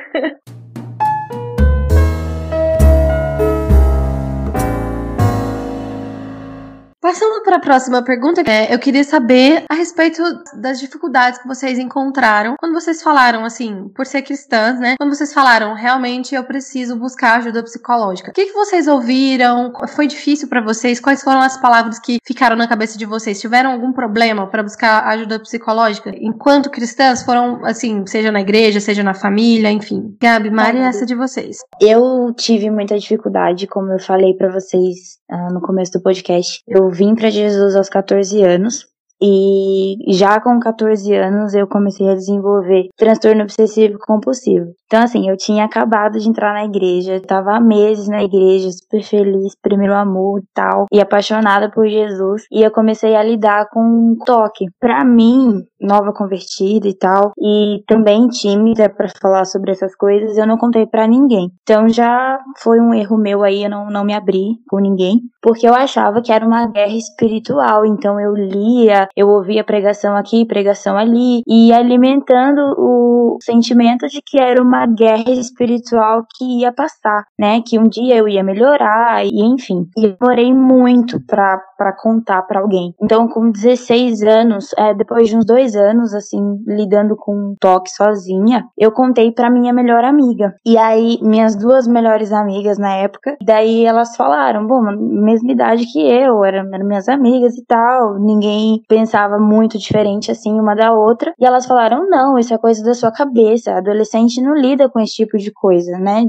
Passando para a próxima pergunta, eu queria saber a respeito das dificuldades que vocês encontraram quando vocês falaram, assim, por ser cristãs, né? Quando vocês falaram, realmente eu preciso buscar ajuda psicológica. O que vocês ouviram? Foi difícil para vocês? Quais foram as palavras que ficaram na cabeça de vocês? Tiveram algum problema para buscar ajuda psicológica? Enquanto cristãs, foram, assim, seja na igreja, seja na família, enfim. Gabi, Mari, essa de vocês. Eu tive muita dificuldade, como eu falei pra vocês no começo do podcast. Eu vim pra Jesus aos 14 anos e já com 14 anos eu comecei a desenvolver transtorno obsessivo compulsivo. Então, assim, eu tinha acabado de entrar na igreja, tava há meses na igreja, super feliz, primeiro amor e tal, e apaixonada por Jesus, e eu comecei a lidar com um toque. Pra mim, nova convertida e tal, e também tímida pra falar sobre essas coisas, eu não contei pra ninguém. Então já foi um erro meu aí, eu não me abri com ninguém, porque eu achava que era uma guerra espiritual. Então eu lia, eu ouvia pregação aqui, pregação ali, e alimentando o sentimento de que era uma guerra espiritual que ia passar, né? Que um dia eu ia melhorar, e enfim. E eu demorei muito pra contar pra alguém. Então, com 16 anos, depois de uns 2 anos, assim, lidando com um toque sozinha, eu contei pra minha melhor amiga. E aí, minhas 2 melhores amigas na época, daí elas falaram, bom, mesma idade que eu, eram minhas amigas e tal, ninguém pensava muito diferente, assim, uma da outra, e elas falaram, não, isso é coisa da sua cabeça, adolescente não lida com esse tipo de coisa, né,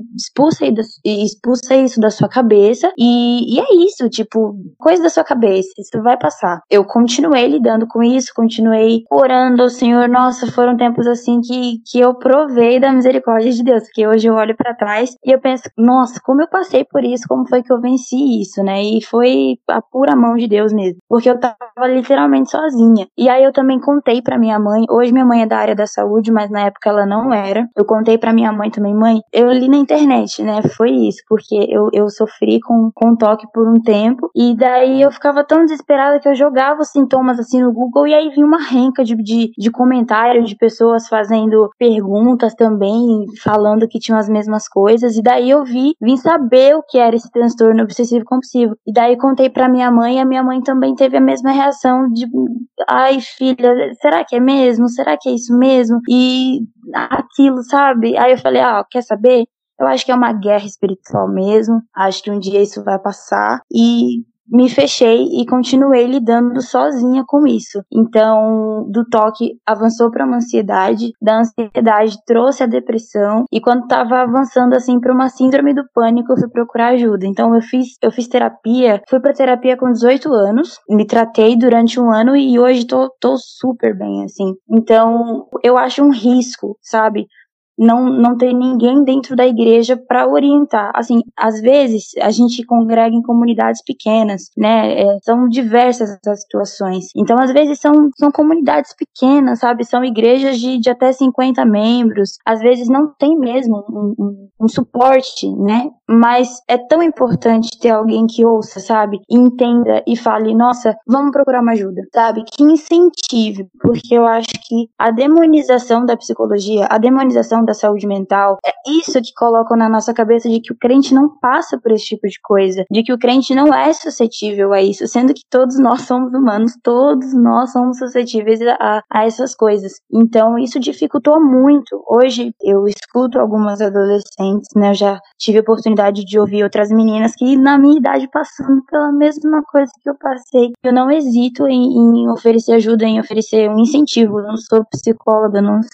expulsa isso da sua cabeça, e é isso, tipo, coisa da sua cabeça, isso vai passar. Eu continuei lidando com isso, continuei orando ao Senhor. Nossa, foram tempos assim que eu provei da misericórdia de Deus, porque hoje eu olho pra trás e eu penso, nossa, como eu passei por isso, como foi que eu venci isso, né? E foi a pura mão de Deus mesmo, porque eu tava literalmente sozinha. E aí eu também contei pra minha mãe, hoje minha mãe é da área da saúde, mas na época ela não era. Eu contei pra minha mãe também, mãe, eu li na internet, né? Foi isso, porque eu sofri com toque por um tempo, e daí eu ficava tão desesperada que eu jogava os sintomas assim no Google, e aí vinha uma renca de comentários de pessoas fazendo perguntas também, falando que tinham as mesmas coisas, e daí eu vim saber o que era esse transtorno obsessivo compulsivo, e daí contei pra minha mãe, e a minha mãe também teve a mesma reação de, ai filha, será que é mesmo? Será que é isso mesmo? E aquilo, sabe? Aí eu falei, quer saber? Eu acho que é uma guerra espiritual mesmo, acho que um dia isso vai passar, e me fechei e continuei lidando sozinha com isso. Então, do toque avançou para uma ansiedade, da ansiedade trouxe a depressão, e quando estava avançando assim para uma síndrome do pânico, eu fui procurar ajuda. Então eu fiz terapia, fui para terapia com 18 anos, me tratei durante 1 ano e hoje tô super bem assim. Então, eu acho um risco, sabe? Não tem ninguém dentro da igreja para orientar. Assim, às vezes a gente congrega em comunidades pequenas, né? São diversas as situações. Então, às vezes são comunidades pequenas, sabe? São igrejas de até 50 membros. Às vezes não tem mesmo um suporte, né? Mas é tão importante ter alguém que ouça, sabe? E entenda e fale, nossa, vamos procurar uma ajuda, sabe? Que incentive, porque eu acho que a demonização da psicologia, a demonização da saúde mental, é isso que colocam na nossa cabeça de que o crente não passa por esse tipo de coisa, de que o crente não é suscetível a isso, sendo que todos nós somos humanos, todos nós somos suscetíveis a essas coisas. Então isso dificultou muito. Hoje eu escuto algumas adolescentes, né, eu já tive a oportunidade de ouvir outras meninas que na minha idade passando pela mesma coisa que eu passei. Eu não hesito em oferecer ajuda, em oferecer um incentivo. Eu não sou psicóloga, não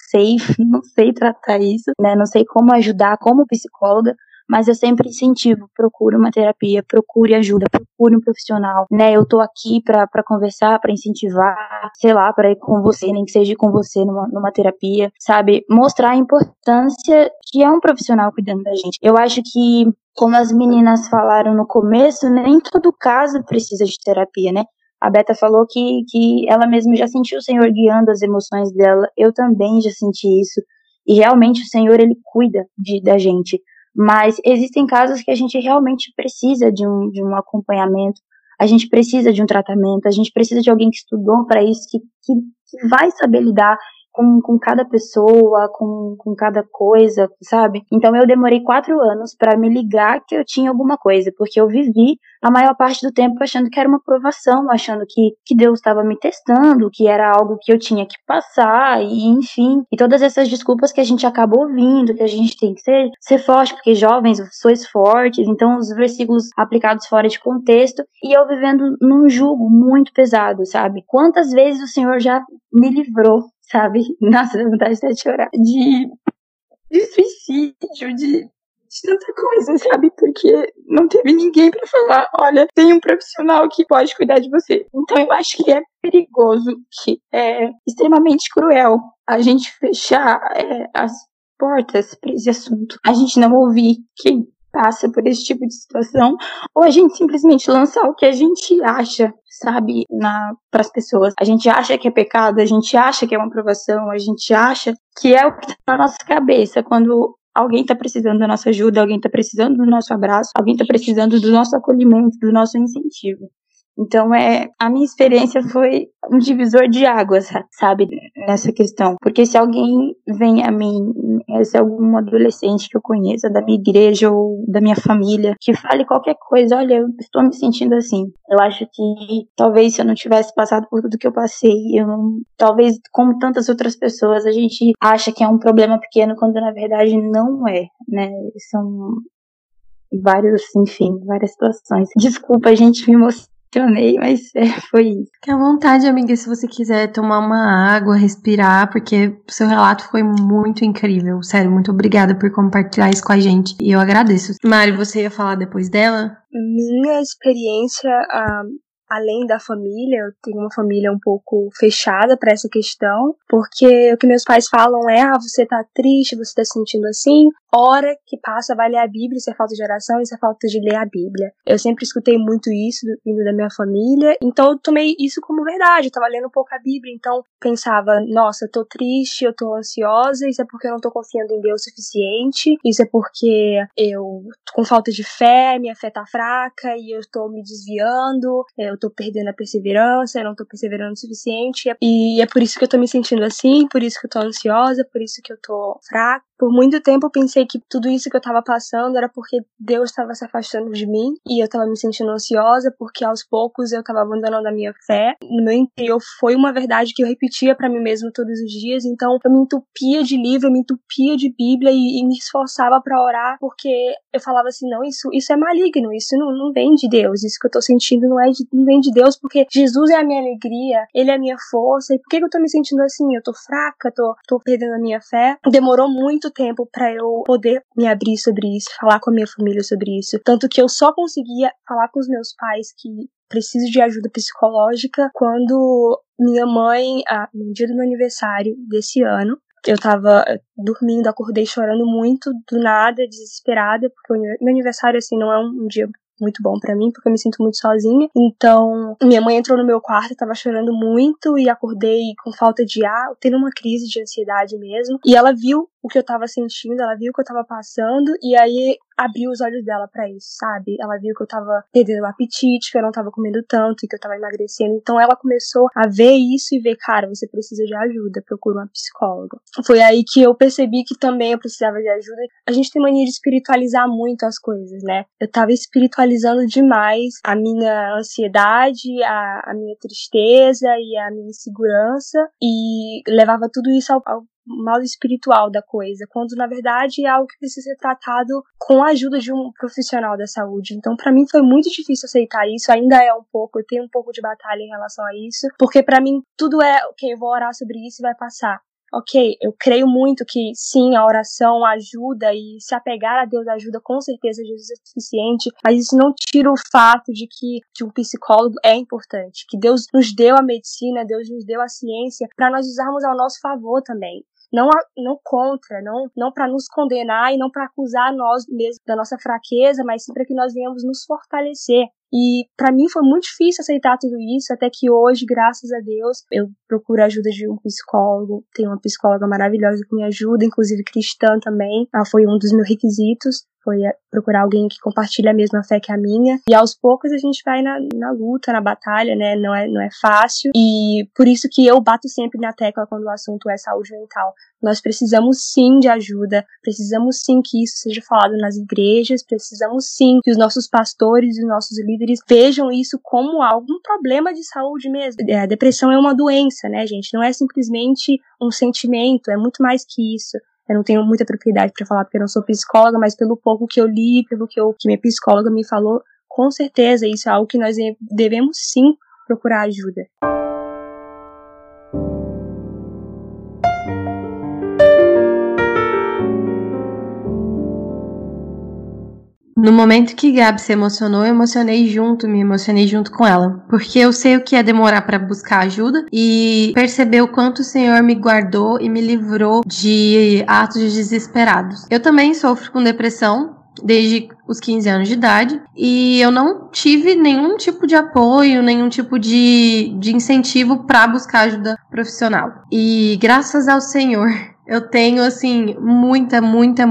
sei tratar isso, né? Não sei como ajudar como psicóloga, mas eu sempre incentivo, procure uma terapia, procure ajuda, procure um profissional, né? Eu tô aqui pra conversar, pra incentivar, sei lá, pra ir com você, nem que seja com você numa terapia, sabe? Mostrar a importância que é um profissional cuidando da gente. Eu acho que, como as meninas falaram no começo, nem todo caso precisa de terapia, né? A Beta falou que ela mesma já sentiu o Senhor guiando as emoções dela. Eu também já senti isso. E realmente o Senhor, Ele cuida da gente. Mas existem casos que a gente realmente precisa de um acompanhamento, a gente precisa de um tratamento, a gente precisa de alguém que estudou para isso, que vai saber lidar com cada pessoa, com cada coisa, sabe? Então eu demorei 4 anos para me ligar que eu tinha alguma coisa, porque eu vivi a maior parte do tempo achando que era uma provação, achando que Deus estava me testando, que era algo que eu tinha que passar, e enfim, e todas essas desculpas que a gente acaba ouvindo, que a gente tem que ser forte, porque jovens, sois fortes, então os versículos aplicados fora de contexto, e eu vivendo num jugo muito pesado, sabe? Quantas vezes o Senhor já me livrou, sabe? Nossa, dá vontade de chorar. De suicídio, de tanta coisa, sabe? Porque não teve ninguém pra falar, olha, tem um profissional que pode cuidar de você. Então eu acho que é perigoso, que é extremamente cruel a gente fechar portas para esse assunto. A gente não ouvir quem passa por esse tipo de situação, ou a gente simplesmente lança o que a gente acha, sabe, para as pessoas. A gente acha que é pecado, a gente acha que é uma provação, a gente acha que é o que está na nossa cabeça quando alguém está precisando da nossa ajuda, alguém está precisando do nosso abraço, alguém está precisando do nosso acolhimento, do nosso incentivo. Então, a minha experiência foi um divisor de águas, sabe, nessa questão. Porque se alguém vem a mim, se é algum adolescente que eu conheça, da minha igreja ou da minha família, que fale qualquer coisa, olha, eu estou me sentindo assim. Eu acho que talvez se eu não tivesse passado por tudo que eu passei, talvez como tantas outras pessoas, a gente acha que é um problema pequeno, quando na verdade não é, né? São várias situações. Desculpa, gente, me emocionei, mas foi isso. Fique à vontade, amiga, se você quiser tomar uma água, respirar, porque o seu relato foi muito incrível. Sério, muito obrigada por compartilhar isso com a gente. E eu agradeço. Mari, você ia falar depois dela? Minha experiência, além da família, eu tenho uma família um pouco fechada para essa questão, porque o que meus pais falam é: você tá triste, você tá se sentindo assim, hora que passa vai ler a Bíblia, isso é falta de oração, isso é falta de ler a Bíblia. Eu sempre escutei muito isso vindo da minha família, então eu tomei isso como verdade. Eu tava lendo um pouco a Bíblia, então pensava: nossa, eu tô triste, eu tô ansiosa, isso é porque eu não tô confiando em Deus o suficiente, isso é porque eu tô com falta de fé, minha fé tá fraca e eu tô me desviando, eu tô perdendo a perseverança, eu não tô perseverando o suficiente, e é por isso que eu tô me sentindo assim, por isso que eu tô ansiosa, por isso que eu tô fraca. Por muito tempo eu pensei que tudo isso que eu tava passando era porque Deus estava se afastando de mim e eu tava me sentindo ansiosa porque aos poucos eu tava abandonando a minha fé. No meu interior foi uma verdade que eu repetia pra mim mesmo todos os dias, então eu me entupia de livro, eu me entupia de Bíblia e me esforçava pra orar, porque eu falava assim: não, isso é maligno, isso não vem de Deus, isso que eu tô sentindo não vem de Deus, porque Jesus é a minha alegria, Ele é a minha força, e por que eu tô me sentindo assim? Eu tô fraca, tô perdendo a minha fé. Demorou muito tempo pra eu poder me abrir sobre isso, falar com a minha família sobre isso, tanto que eu só conseguia falar com os meus pais que preciso de ajuda psicológica quando minha mãe, no dia do meu aniversário desse ano, eu tava dormindo, acordei chorando muito, do nada, desesperada, porque o meu aniversário, assim, não é um dia muito bom pra mim, porque eu me sinto muito sozinha. Então, minha mãe entrou no meu quarto, tava chorando muito e acordei com falta de ar, tendo uma crise de ansiedade mesmo. E ela viu o que eu tava sentindo, ela viu o que eu tava passando e aí abriu os olhos dela pra isso, sabe? Ela viu que eu tava perdendo o apetite, que eu não tava comendo tanto e que eu tava emagrecendo. Então ela começou a ver isso e ver: cara, você precisa de ajuda, procura uma psicóloga. Foi aí que eu percebi que também eu precisava de ajuda. A gente tem mania de espiritualizar muito as coisas, né? Eu tava espiritualizando demais a minha ansiedade, a minha tristeza e a minha insegurança e levava tudo isso ao mal espiritual da coisa, quando na verdade é algo que precisa ser tratado com a ajuda de um profissional da saúde. Então pra mim foi muito difícil aceitar isso, ainda é um pouco, eu tenho um pouco de batalha em relação a isso, porque pra mim tudo é: ok, eu vou orar sobre isso e vai passar. Ok, eu creio muito que sim, a oração ajuda e se apegar a Deus ajuda, com certeza Jesus é suficiente, mas isso não tira o fato de que um psicólogo é importante, que Deus nos deu a medicina, Deus nos deu a ciência para nós usarmos ao nosso favor também. Não contra, não para nos condenar e não para acusar nós mesmos da nossa fraqueza, mas sim para que nós venhamos nos fortalecer. E para mim foi muito difícil aceitar tudo isso, até que hoje, graças a Deus, eu procuro a ajuda de um psicólogo. Tenho uma psicóloga maravilhosa que me ajuda, inclusive cristã também. Ela foi um dos meus requisitos, foi procurar alguém que compartilha a mesma fé que a minha. E aos poucos a gente vai na luta, na batalha, né? Não é fácil. E por isso que eu bato sempre na tecla quando o assunto é saúde mental. Nós precisamos sim de ajuda, precisamos sim que isso seja falado nas igrejas, precisamos sim que os nossos pastores e os nossos líderes vejam isso como algum problema de saúde mesmo. A depressão é uma doença, né, gente? Não é simplesmente um sentimento, é muito mais que isso. Eu não tenho muita propriedade para falar porque eu não sou psicóloga, mas pelo pouco que eu li, que minha psicóloga me falou, com certeza isso é algo que nós devemos sim procurar ajuda. No momento que Gabi se emocionou, eu me emocionei junto com ela. Porque eu sei o que é demorar para buscar ajuda e perceber o quanto o Senhor me guardou e me livrou de atos desesperados. Eu também sofro com depressão desde os 15 anos de idade e eu não tive nenhum tipo de apoio, nenhum tipo de incentivo para buscar ajuda profissional. E graças ao Senhor, eu tenho, assim, muita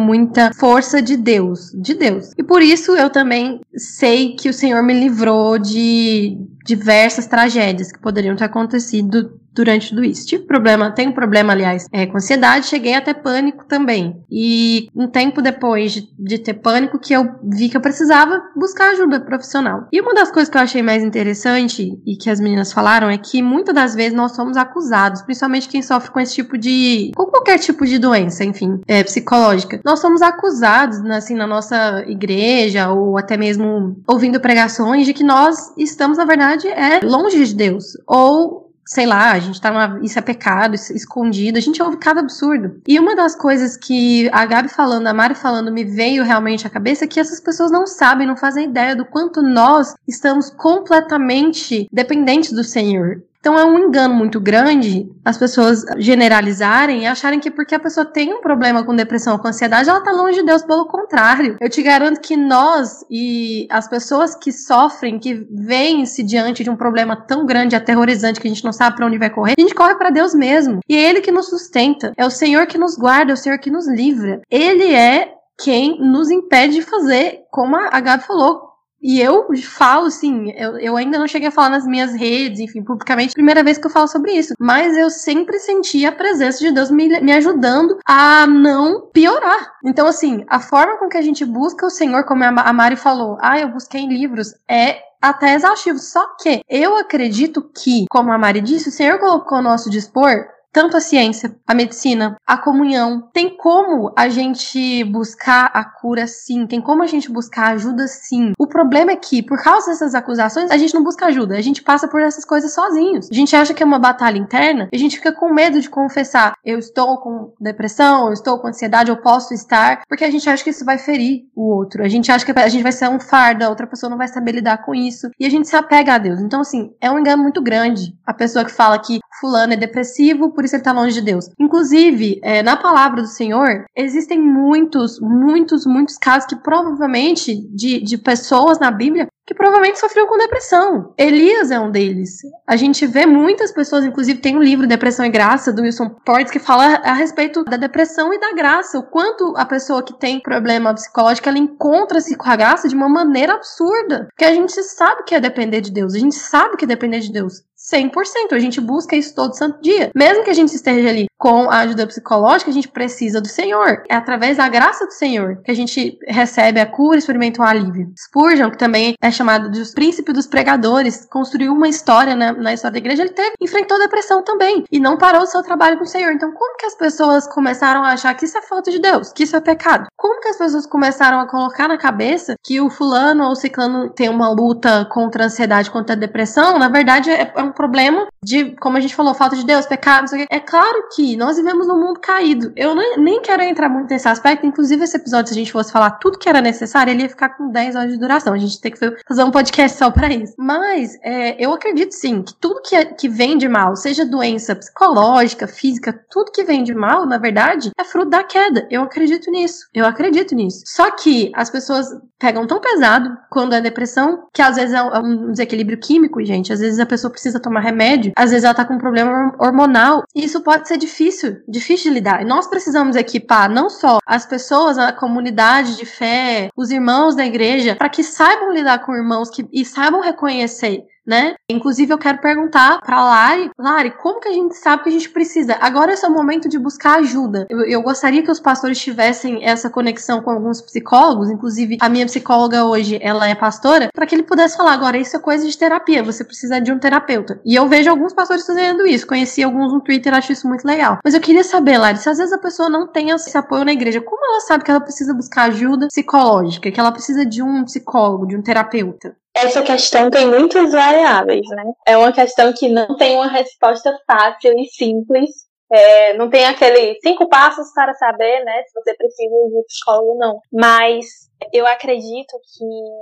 força de Deus. E por isso eu também sei que o Senhor me livrou de diversas tragédias que poderiam ter acontecido durante tudo isso. Tenho problema, aliás, com ansiedade, cheguei a ter pânico também. E um tempo depois de ter pânico que eu vi que eu precisava buscar ajuda profissional. E uma das coisas que eu achei mais interessante e que as meninas falaram é que muitas das vezes nós somos acusados, principalmente quem sofre com esse tipo com qualquer tipo de doença, enfim, psicológica. Nós somos acusados, assim, na nossa igreja ou até mesmo ouvindo pregações de que nós estamos, na verdade, longe de Deus. Ou sei lá, a gente tá isso é pecado, isso é escondido, a gente ouve cada absurdo. E uma das coisas que a Gabi falando, a Mari falando, me veio realmente à cabeça é que essas pessoas não sabem, não fazem ideia do quanto nós estamos completamente dependentes do Senhor. Então é um engano muito grande as pessoas generalizarem e acharem que porque a pessoa tem um problema com depressão ou com ansiedade, ela tá longe de Deus. Pelo contrário. Eu te garanto que nós e as pessoas que sofrem, que veem-se diante de um problema tão grande, aterrorizante, que a gente não sabe pra onde vai correr, a gente corre pra Deus mesmo. E é Ele que nos sustenta. É o Senhor que nos guarda, é o Senhor que nos livra. Ele é quem nos impede de fazer, como a Gabi falou. E eu falo, assim, eu ainda não cheguei a falar nas minhas redes, enfim, publicamente, primeira vez que eu falo sobre isso. Mas eu sempre senti a presença de Deus me ajudando a não piorar. Então, assim, a forma com que a gente busca o Senhor, como a Mari falou, eu busquei em livros, é até exaustivo. Só que eu acredito que, como a Mari disse, o Senhor colocou ao nosso dispor tanto a ciência, a medicina, a comunhão. Tem como a gente buscar a cura, sim. Tem como a gente buscar ajuda, sim. O problema é que, por causa dessas acusações, a gente não busca ajuda. A gente passa por essas coisas sozinhos. A gente acha que é uma batalha interna. A gente fica com medo de confessar. Eu estou com depressão, eu estou com ansiedade, eu posso estar. Porque a gente acha que isso vai ferir o outro. A gente acha que a gente vai ser um fardo, a outra pessoa não vai saber lidar com isso. E a gente se apega a Deus. Então, assim, é um engano muito grande. A pessoa que fala que fulano é depressivo, por isso ele tá longe de Deus. Inclusive, na palavra do Senhor, existem muitos casos que provavelmente, de pessoas na Bíblia, que provavelmente sofriam com depressão. Elias é um deles. A gente vê muitas pessoas, inclusive tem um livro Depressão e Graça, do Wilson Portes, que fala a respeito da depressão e da graça. O quanto a pessoa que tem problema psicológico, ela encontra-se com a graça de uma maneira absurda. Porque a gente sabe que é depender de Deus. A gente sabe que é depender de Deus. 100%. A gente busca isso todo santo dia. Mesmo que a gente esteja ali com a ajuda psicológica, a gente precisa do Senhor. É através da graça do Senhor que a gente recebe a cura e experimenta o alívio. Spurgeon, que também é chamado de príncipe dos pregadores, construiu uma história na história da igreja. Ele enfrentou depressão também e não parou o seu trabalho com o Senhor. Então, como que as pessoas começaram a achar que isso é falta de Deus, que isso é pecado? Como que as pessoas começaram a colocar na cabeça que o fulano ou o ciclano tem uma luta contra a ansiedade, contra a depressão? Na verdade, é um problema de, como a gente falou, falta de Deus, pecado, não sei o quê. É claro que nós vivemos num mundo caído. Eu nem quero entrar muito nesse aspecto. Inclusive, esse episódio, se a gente fosse falar tudo que era necessário, ele ia ficar com 10 horas de duração. A gente tem que fazer um podcast só pra isso. Mas, eu acredito sim, que tudo que vem de mal, seja doença psicológica, física, tudo que vem de mal, na verdade, é fruto da queda. Eu acredito nisso. Só que as pessoas pegam tão pesado quando é depressão, que às vezes é um desequilíbrio químico, gente. Às vezes a pessoa precisa tomar remédio, às vezes ela tá com um problema hormonal, e isso pode ser difícil de lidar. E nós precisamos equipar não só as pessoas, a comunidade de fé, os irmãos da igreja, para que saibam lidar com irmãos e saibam reconhecer, né? Inclusive, eu quero perguntar pra Lari, como que a gente sabe que a gente precisa? Agora esse é o momento de buscar ajuda. Eu gostaria que os pastores tivessem essa conexão com alguns psicólogos, inclusive a minha psicóloga hoje, ela é pastora, para que ele pudesse falar, agora isso é coisa de terapia, você precisa de um terapeuta. E eu vejo alguns pastores fazendo isso, conheci alguns no Twitter, acho isso muito legal. Mas eu queria saber, Lari, se às vezes a pessoa não tem esse apoio na igreja, como ela sabe que ela precisa buscar ajuda psicológica, que ela precisa de um psicólogo, de um terapeuta? Essa questão tem muitas variáveis, né? É uma questão que não tem uma resposta fácil e simples Não tem aquele 5 passos para saber, né, se você precisa de psicólogo ou não. Mas eu acredito que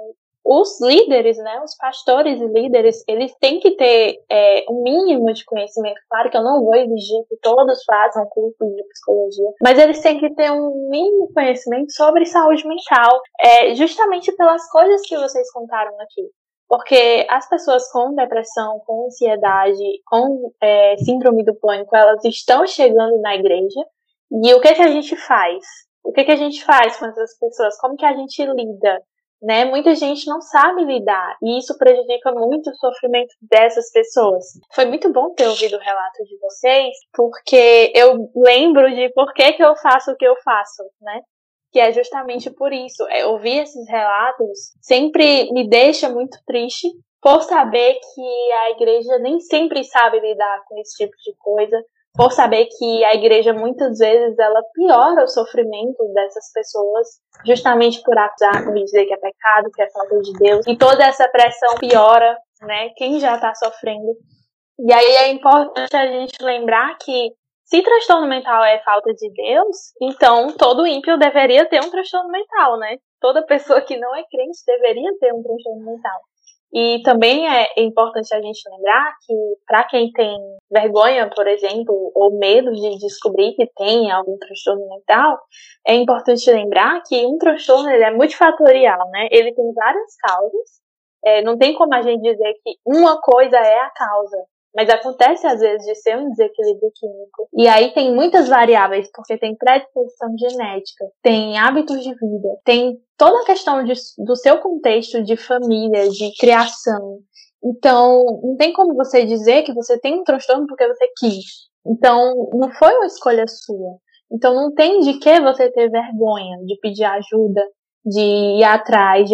os líderes, né, os pastores e líderes, eles têm que ter um mínimo de conhecimento. Claro que eu não vou exigir que todos façam curso de psicologia, mas eles têm que ter um mínimo conhecimento sobre saúde mental, justamente pelas coisas que vocês contaram aqui. Porque as pessoas com depressão, com ansiedade, com síndrome do pânico, elas estão chegando na igreja. E o que a gente faz? O que a gente faz com essas pessoas? Como que a gente lida? Né? Muita gente não sabe lidar e isso prejudica muito o sofrimento dessas pessoas. Foi muito bom ter ouvido o relato de vocês, porque eu lembro de por que eu faço o que eu faço, né? Que é justamente por isso. Ouvir esses relatos sempre me deixa muito triste por saber que a igreja nem sempre sabe lidar com esse tipo de coisa, por saber que a igreja muitas vezes ela piora o sofrimento dessas pessoas, justamente por acusar, por dizer que é pecado, que é falta de Deus, e toda essa pressão piora, né, quem já está sofrendo. E aí é importante a gente lembrar que se transtorno mental é falta de Deus, então todo ímpio deveria ter um transtorno mental, né? Toda pessoa que não é crente deveria ter um transtorno mental. E também é importante a gente lembrar que, para quem tem vergonha, por exemplo, ou medo de descobrir que tem algum transtorno mental, é importante lembrar que um transtorno ele é multifatorial, né? Ele tem várias causas. Não tem como a gente dizer que uma coisa é a causa, mas acontece às vezes de ser um desequilíbrio químico. E aí tem muitas variáveis, porque tem predisposição genética, tem hábitos de vida, tem toda a questão do seu contexto de família, de criação. Então, não tem como você dizer que você tem um transtorno porque você quis. Então, não foi uma escolha sua. Então, não tem de que você ter vergonha de pedir ajuda, de ir atrás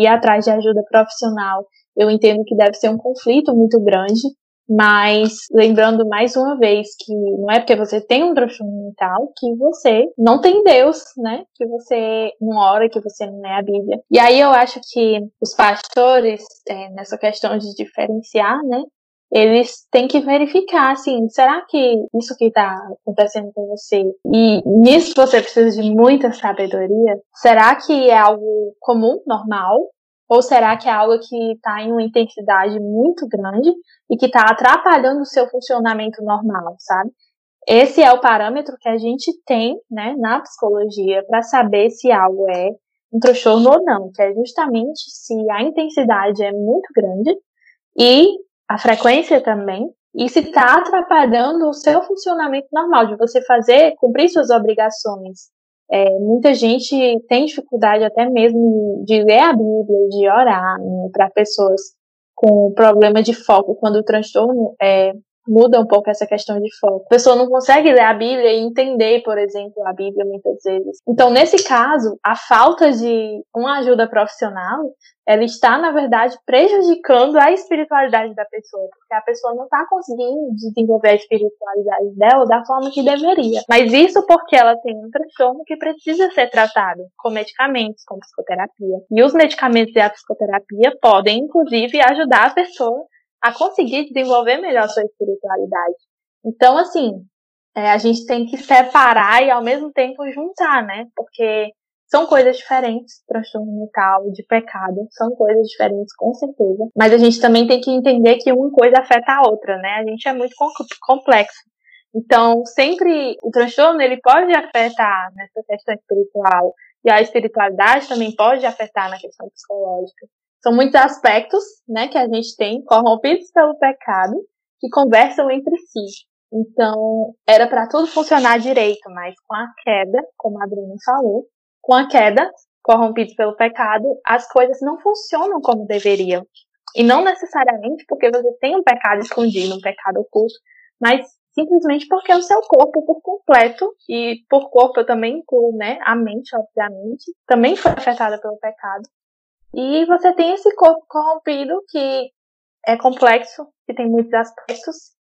de ajuda profissional. Eu entendo que deve ser um conflito muito grande, mas lembrando mais uma vez que não é porque você tem um transtorno mental que você não tem Deus, né? Que você não ora, que você não lê a Bíblia. E aí eu acho que os pastores, nessa questão de diferenciar, né? Eles têm que verificar, assim, será que isso que está acontecendo com você, e nisso você precisa de muita sabedoria, será que é algo comum, normal? Ou será que é algo que está em uma intensidade muito grande e que está atrapalhando o seu funcionamento normal, sabe? Esse é o parâmetro que a gente tem, né, na psicologia para saber se algo é um transtorno ou não, que é justamente se a intensidade é muito grande e a frequência também, e se está atrapalhando o seu funcionamento normal, de você cumprir suas obrigações. Muita gente tem dificuldade até mesmo de ler a Bíblia, de orar, né, para pessoas com problema de foco, quando o transtorno muda um pouco essa questão de foco. A pessoa não consegue ler a Bíblia e entender, por exemplo, a Bíblia muitas vezes. Então, nesse caso, a falta de uma ajuda profissional, ela está, na verdade, prejudicando a espiritualidade da pessoa, porque a pessoa não está conseguindo desenvolver a espiritualidade dela da forma que deveria. Mas isso porque ela tem um transtorno que precisa ser tratado com medicamentos, com psicoterapia. E os medicamentos e a psicoterapia podem, inclusive, ajudar a pessoa a conseguir desenvolver melhor sua espiritualidade. Então, assim, a gente tem que separar e, ao mesmo tempo, juntar, né? Porque são coisas diferentes, transtorno mental, de pecado, são coisas diferentes, com certeza. Mas a gente também tem que entender que uma coisa afeta a outra, né? A gente é muito complexo. Então, sempre o transtorno, ele pode afetar nessa questão espiritual. E a espiritualidade também pode afetar na questão psicológica. São muitos aspectos, né, que a gente tem, corrompidos pelo pecado, que conversam entre si. Então, era para tudo funcionar direito, mas com a queda, como a Bruna falou, com a queda, corrompidos pelo pecado, as coisas não funcionam como deveriam. E não necessariamente porque você tem um pecado escondido, um pecado oculto, mas simplesmente porque o seu corpo por completo, e por corpo eu também incluo, né, a mente, obviamente, também foi afetada pelo pecado. E você tem esse corpo corrompido que é complexo, que tem muitos aspectos,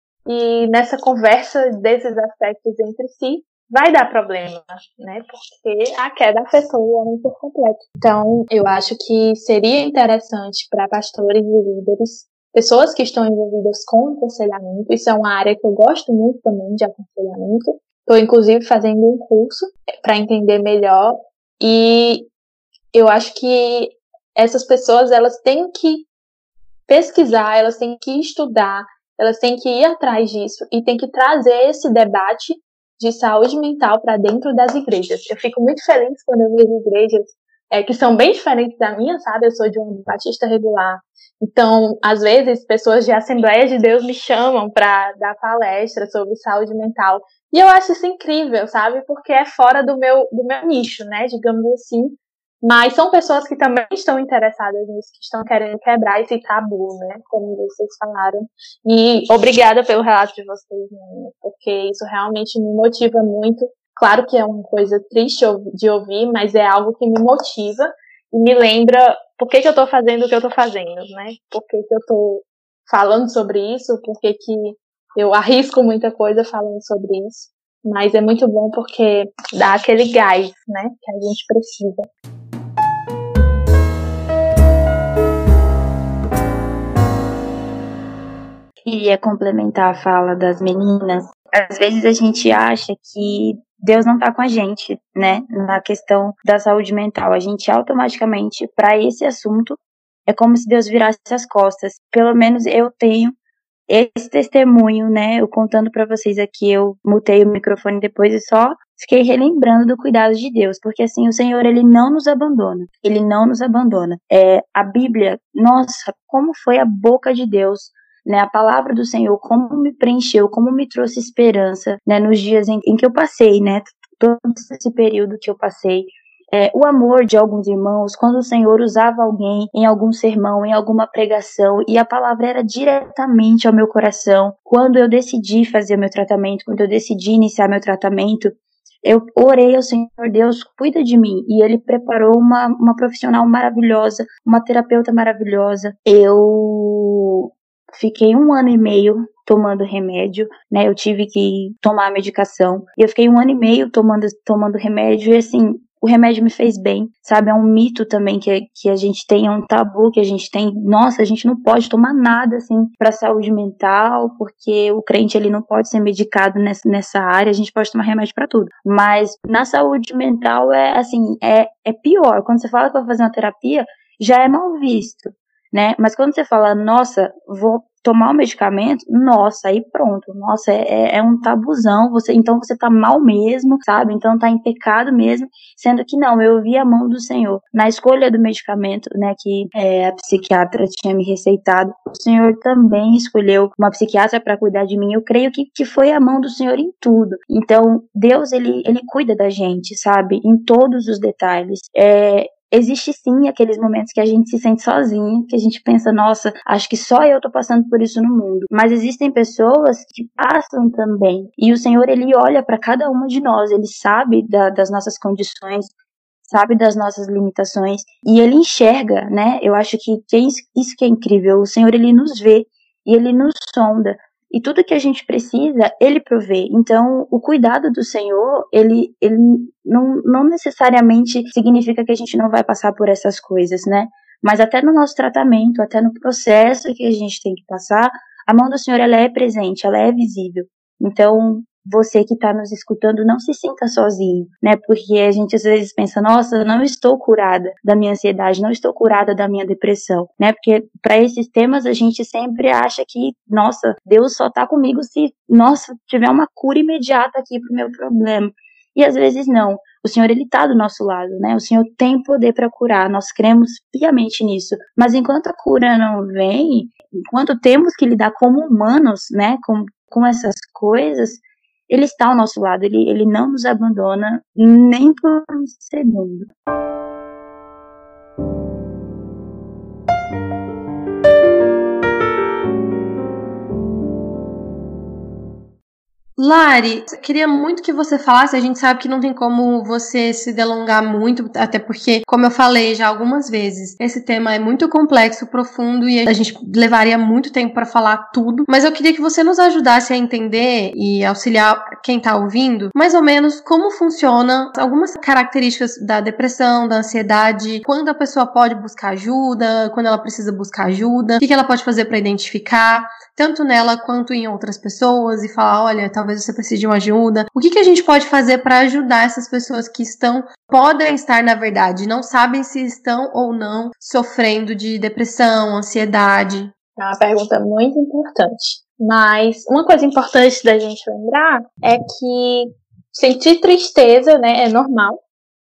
e nessa conversa desses aspectos entre si, vai dar problema, né? Porque a queda afetou o homem por completo. Então, eu acho que seria interessante para pastores e líderes pessoas que estão envolvidas com aconselhamento. Isso é uma área que eu gosto muito também de aconselhamento. Estou, inclusive, fazendo um curso para entender melhor. E eu acho que essas pessoas, elas têm que pesquisar, elas têm que estudar, elas têm que ir atrás disso e têm que trazer esse debate de saúde mental para dentro das igrejas. Eu fico muito feliz quando eu vejo igrejas que são bem diferentes da minha, sabe? Eu sou de uma batista regular. Então, às vezes, pessoas de Assembleia de Deus me chamam para dar palestra sobre saúde mental. E eu acho isso incrível, sabe? Porque é fora do meu nicho, né? Digamos assim. Mas são pessoas que também estão interessadas nisso, que estão querendo quebrar esse tabu, né? Como vocês falaram. E obrigada pelo relato de vocês, né? Porque isso realmente me motiva muito. Claro que é uma coisa triste de ouvir, mas é algo que me motiva e me lembra por que eu estou fazendo o que eu estou fazendo, né? Por que eu estou falando sobre isso, por que eu arrisco muita coisa falando sobre isso. Mas é muito bom porque dá aquele gás, né? Que a gente precisa. Queria complementar a fala das meninas. Às vezes a gente acha que Deus não está com a gente, né, na questão da saúde mental. A gente automaticamente, para esse assunto, é como se Deus virasse as costas. Pelo menos eu tenho esse testemunho, né, eu contando para vocês aqui, eu mutei o microfone depois e só fiquei relembrando do cuidado de Deus, porque assim, o Senhor, ele não nos abandona, ele não nos abandona. A Bíblia, nossa, como foi a boca de Deus, né, a palavra do Senhor, como me preencheu, como me trouxe esperança, né, nos dias em que eu passei, né, todo esse período que eu passei. O amor de alguns irmãos, quando o Senhor usava alguém em algum sermão, em alguma pregação, e a palavra era diretamente ao meu coração. Quando eu decidi fazer meu tratamento, quando eu decidi iniciar meu tratamento, eu orei ao Senhor, Deus, cuida de mim. E Ele preparou uma profissional maravilhosa, uma terapeuta maravilhosa. Eu fiquei 1 ano e meio tomando remédio, né? Eu tive que tomar a medicação. E eu fiquei 1 ano e meio tomando remédio e assim, o remédio me fez bem, sabe? É um mito também que a gente tem, é um tabu que a gente tem. Nossa, a gente não pode tomar nada, assim, pra saúde mental, porque o crente, ele não pode ser medicado nessa área, a gente pode tomar remédio pra tudo. Mas na saúde mental, é pior. Quando você fala que vai fazer uma terapia, já é mal visto, né? Mas quando você fala, nossa, vou tomar o medicamento, nossa, aí pronto, nossa, é um tabuzão, então você tá mal mesmo, sabe? Então tá em pecado mesmo, sendo que não, eu vi a mão do Senhor na escolha do medicamento, né, que a psiquiatra tinha me receitado. O Senhor também escolheu uma psiquiatra para cuidar de mim. Eu creio que foi a mão do Senhor em tudo. Então, Deus, ele cuida da gente, sabe? Em todos os detalhes. Existe sim aqueles momentos que a gente se sente sozinha, que a gente pensa, nossa, acho que só eu tô passando por isso no mundo. Mas existem pessoas que passam também. E o Senhor, ele olha para cada uma de nós, ele sabe das nossas condições, sabe das nossas limitações, e ele enxerga, né? Eu acho que é isso que é incrível. O Senhor, ele nos vê e ele nos sonda. E tudo que a gente precisa, ele provê. Então, o cuidado do Senhor, ele não necessariamente significa que a gente não vai passar por essas coisas, né? Mas até no nosso tratamento, até no processo que a gente tem que passar, a mão do Senhor, ela é presente, ela é visível. Então, você que está nos escutando, não se sinta sozinho, né? Porque a gente às vezes pensa, nossa, eu não estou curada da minha ansiedade, não estou curada da minha depressão, né? Porque para esses temas a gente sempre acha que, nossa, Deus só está comigo se, nossa, tiver uma cura imediata aqui pro meu problema. E às vezes não. O Senhor, ele está do nosso lado, né? O Senhor tem poder para curar, nós cremos piamente nisso. Mas enquanto a cura não vem, enquanto temos que lidar como humanos, né, com essas coisas, ele está ao nosso lado, ele não nos abandona nem por um segundo. Lari, eu queria muito que você falasse, a gente sabe que não tem como você se delongar muito, até porque, como eu falei já algumas vezes, esse tema é muito complexo, profundo e a gente levaria muito tempo para falar tudo, mas eu queria que você nos ajudasse a entender e auxiliar quem tá ouvindo, mais ou menos como funciona algumas características da depressão, da ansiedade, quando a pessoa pode buscar ajuda, quando ela precisa buscar ajuda, o que ela pode fazer para identificar, tanto nela quanto em outras pessoas, e falar, olha, talvez você precise de uma ajuda. O que a gente pode fazer para ajudar essas pessoas que podem estar, na verdade, não sabem se estão ou não sofrendo de depressão, ansiedade? É uma pergunta muito importante. Mas uma coisa importante da gente lembrar é que sentir tristeza, né, é normal.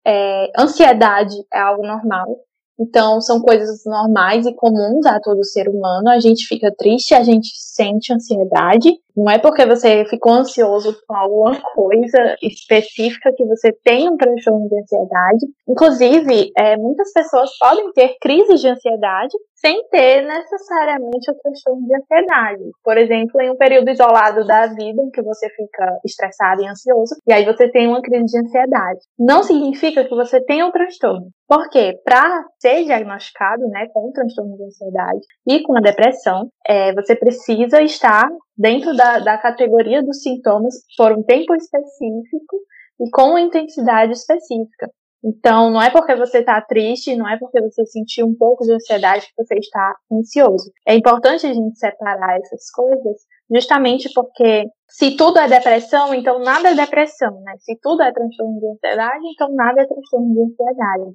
Ansiedade é algo normal. Então, são coisas normais e comuns a todo ser humano. A gente fica triste, a gente sente ansiedade. Não é porque você ficou ansioso com alguma coisa específica que você tem um transtorno de ansiedade. Inclusive, muitas pessoas podem ter crises de ansiedade sem ter necessariamente o transtorno de ansiedade. Por exemplo, em um período isolado da vida em que você fica estressado e ansioso, e aí você tem uma crise de ansiedade. Não significa que você tenha um transtorno. Porque para ser diagnosticado, né, com um transtorno de ansiedade e com a depressão, você precisa estar dentro da categoria dos sintomas por um tempo específico e com uma intensidade específica. Então, não é porque você está triste, não é porque você sentiu um pouco de ansiedade que você está ansioso. É importante a gente separar essas coisas, justamente porque se tudo é depressão, então nada é depressão, né? Se tudo é transtorno de ansiedade, então nada é transtorno de ansiedade.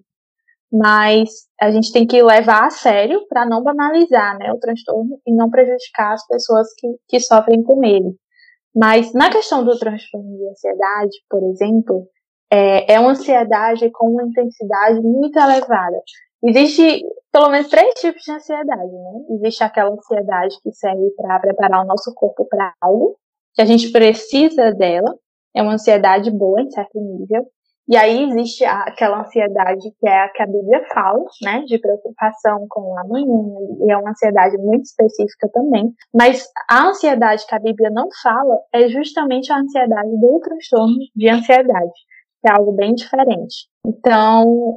Mas a gente tem que levar a sério para não banalizar, né, o transtorno e não prejudicar as pessoas que sofrem com ele. Mas na questão do transtorno de ansiedade, por exemplo, é uma ansiedade com uma intensidade muito elevada. Existe pelo menos 3 tipos de ansiedade, né? Existe aquela ansiedade que serve para preparar o nosso corpo para algo, que a gente precisa dela, é uma ansiedade boa em certo nível. E aí existe aquela ansiedade que é a que a Bíblia fala, né, de preocupação com o amanhã, e é uma ansiedade muito específica também. Mas a ansiedade que a Bíblia não fala é justamente a ansiedade do transtorno de ansiedade, que é algo bem diferente. Então,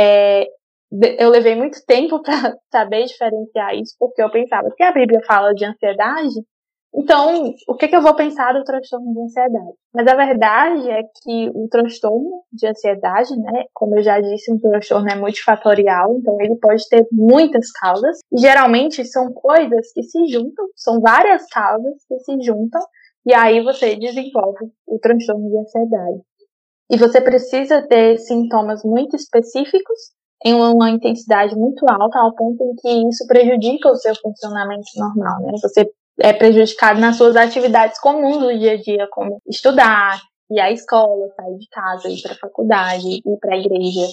eu levei muito tempo para saber diferenciar isso, porque eu pensava que a Bíblia fala de ansiedade, então, o que eu vou pensar do transtorno de ansiedade? Mas a verdade é que o transtorno de ansiedade, né, como eu já disse, um transtorno é multifatorial, então ele pode ter muitas causas, e geralmente são coisas que se juntam, são várias causas que se juntam, e aí você desenvolve o transtorno de ansiedade. E você precisa ter sintomas muito específicos, em uma intensidade muito alta, ao ponto em que isso prejudica o seu funcionamento normal, né? Você é prejudicado nas suas atividades comuns do dia a dia, como estudar, ir à escola, sair de casa, ir para a faculdade, ir para a igreja,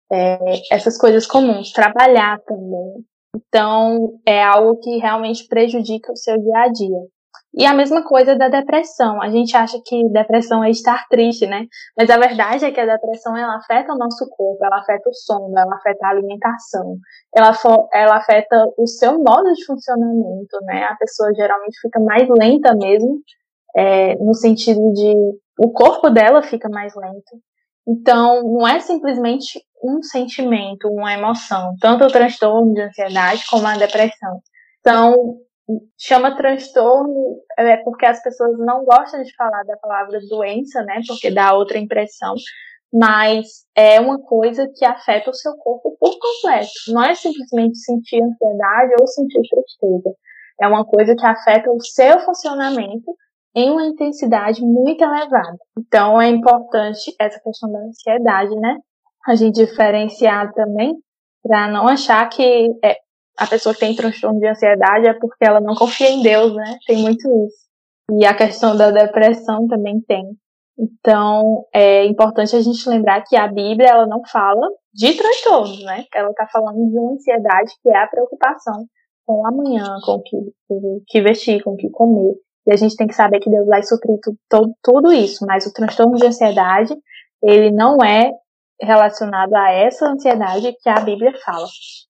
essas coisas comuns, trabalhar também. Então, é algo que realmente prejudica o seu dia a dia. E a mesma coisa da depressão. A gente acha que depressão é estar triste, né? Mas a verdade é que a depressão, ela afeta o nosso corpo, ela afeta o sono, ela afeta a alimentação, ela afeta o seu modo de funcionamento, né? A pessoa geralmente fica mais lenta mesmo, no sentido de o corpo dela fica mais lento. Então, não é simplesmente um sentimento, uma emoção, tanto o transtorno de ansiedade como a depressão. Então, chama transtorno porque as pessoas não gostam de falar da palavra doença, né? Porque dá outra impressão. Mas é uma coisa que afeta o seu corpo por completo. Não é simplesmente sentir ansiedade ou sentir tristeza. É uma coisa que afeta o seu funcionamento em uma intensidade muito elevada. Então é importante essa questão da ansiedade, né? A gente diferenciar também para não achar que a pessoa que tem transtorno de ansiedade é porque ela não confia em Deus, né? Tem muito isso. E a questão da depressão também tem. Então, é importante a gente lembrar que a Bíblia, ela não fala de transtornos, né? Ela está falando de uma ansiedade que é a preocupação com o amanhã, com o que vestir, com o que comer. E a gente tem que saber que Deus vai suprir tudo isso. Mas o transtorno de ansiedade, ele não é relacionado a essa ansiedade que a Bíblia fala.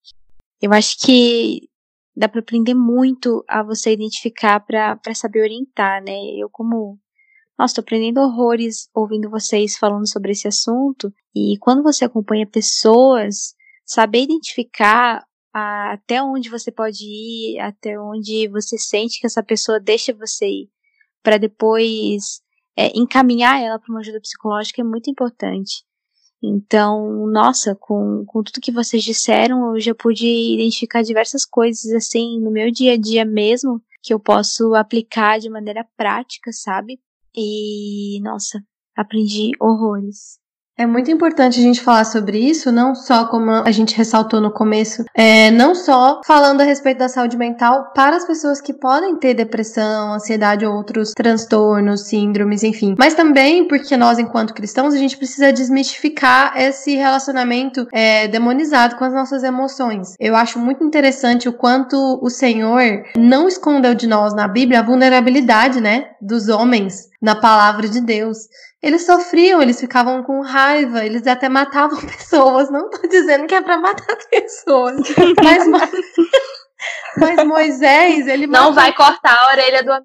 Eu acho que dá para aprender muito a você identificar para saber orientar, né? Eu, como Nossa, tô aprendendo horrores ouvindo vocês falando sobre esse assunto. E quando você acompanha pessoas, saber identificar até onde você pode ir, até onde você sente que essa pessoa deixa você ir, para depois encaminhar ela para uma ajuda psicológica é muito importante. Então, nossa, com tudo que vocês disseram, eu já pude identificar diversas coisas, assim, no meu dia a dia mesmo, que eu posso aplicar de maneira prática, sabe? E, nossa, aprendi horrores. É muito importante a gente falar sobre isso, não só como a gente ressaltou no começo, não só falando a respeito da saúde mental para as pessoas que podem ter depressão, ansiedade ou outros transtornos, síndromes, enfim. Mas também porque nós, enquanto cristãos, a gente precisa desmistificar esse relacionamento demonizado com as nossas emoções. Eu acho muito interessante o quanto o Senhor não escondeu de nós na Bíblia a vulnerabilidade, né, dos homens na palavra de Deus. Eles sofriam, eles ficavam com raiva, eles até matavam pessoas. Não tô dizendo que é pra matar pessoas, mas Moisés, ele não matou... vai cortar a orelha do amigo.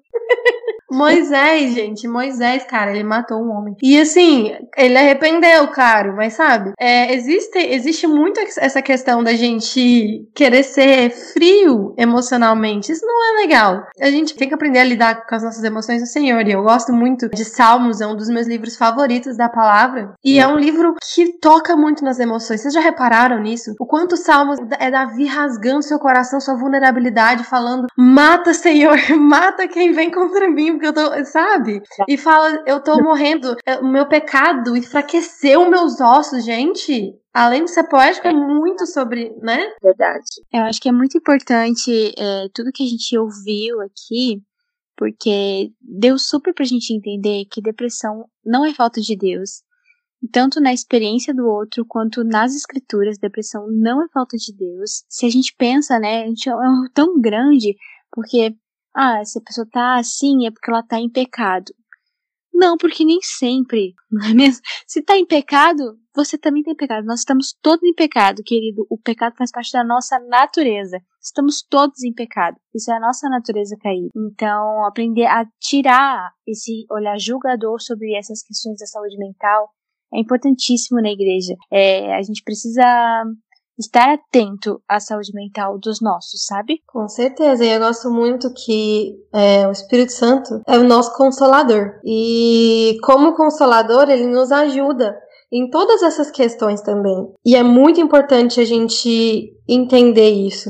Moisés, cara, ele matou um homem. E assim, ele arrependeu, cara, mas sabe, existe muito essa questão da gente querer ser frio emocionalmente. Isso não é legal. A gente tem que aprender a lidar com as nossas emoções do Senhor. E eu gosto muito de Salmos, é um dos meus livros favoritos da palavra. E é um livro que toca muito nas emoções. Vocês já repararam nisso? O quanto Salmos é Davi rasgando seu coração, sua vulnerabilidade, falando: mata, Senhor, mata quem vem contra mim, porque eu tô, sabe? E fala: eu tô morrendo, o meu pecado enfraqueceu meus ossos, gente. Além de ser poético, é muito sobre, né? Verdade. Eu acho que é muito importante tudo que a gente ouviu aqui, porque deu super pra gente entender que depressão não é falta de Deus. Tanto na experiência do outro, quanto nas escrituras, depressão não é falta de Deus. Se a gente pensa, né, a gente é tão grande, porque se a pessoa tá assim é porque ela tá em pecado. Não, porque nem sempre, não é mesmo? Se tá em pecado, você também tem pecado. Nós estamos todos em pecado, querido. O pecado faz parte da nossa natureza. Estamos todos em pecado. Isso é a nossa natureza caída. Então, aprender a tirar esse olhar julgador sobre essas questões da saúde mental é importantíssimo na igreja. A gente precisa estar atento à saúde mental dos nossos, sabe? Com certeza, e eu gosto muito que o Espírito Santo é o nosso consolador. E como consolador, ele nos ajuda em todas essas questões também. E é muito importante a gente entender isso.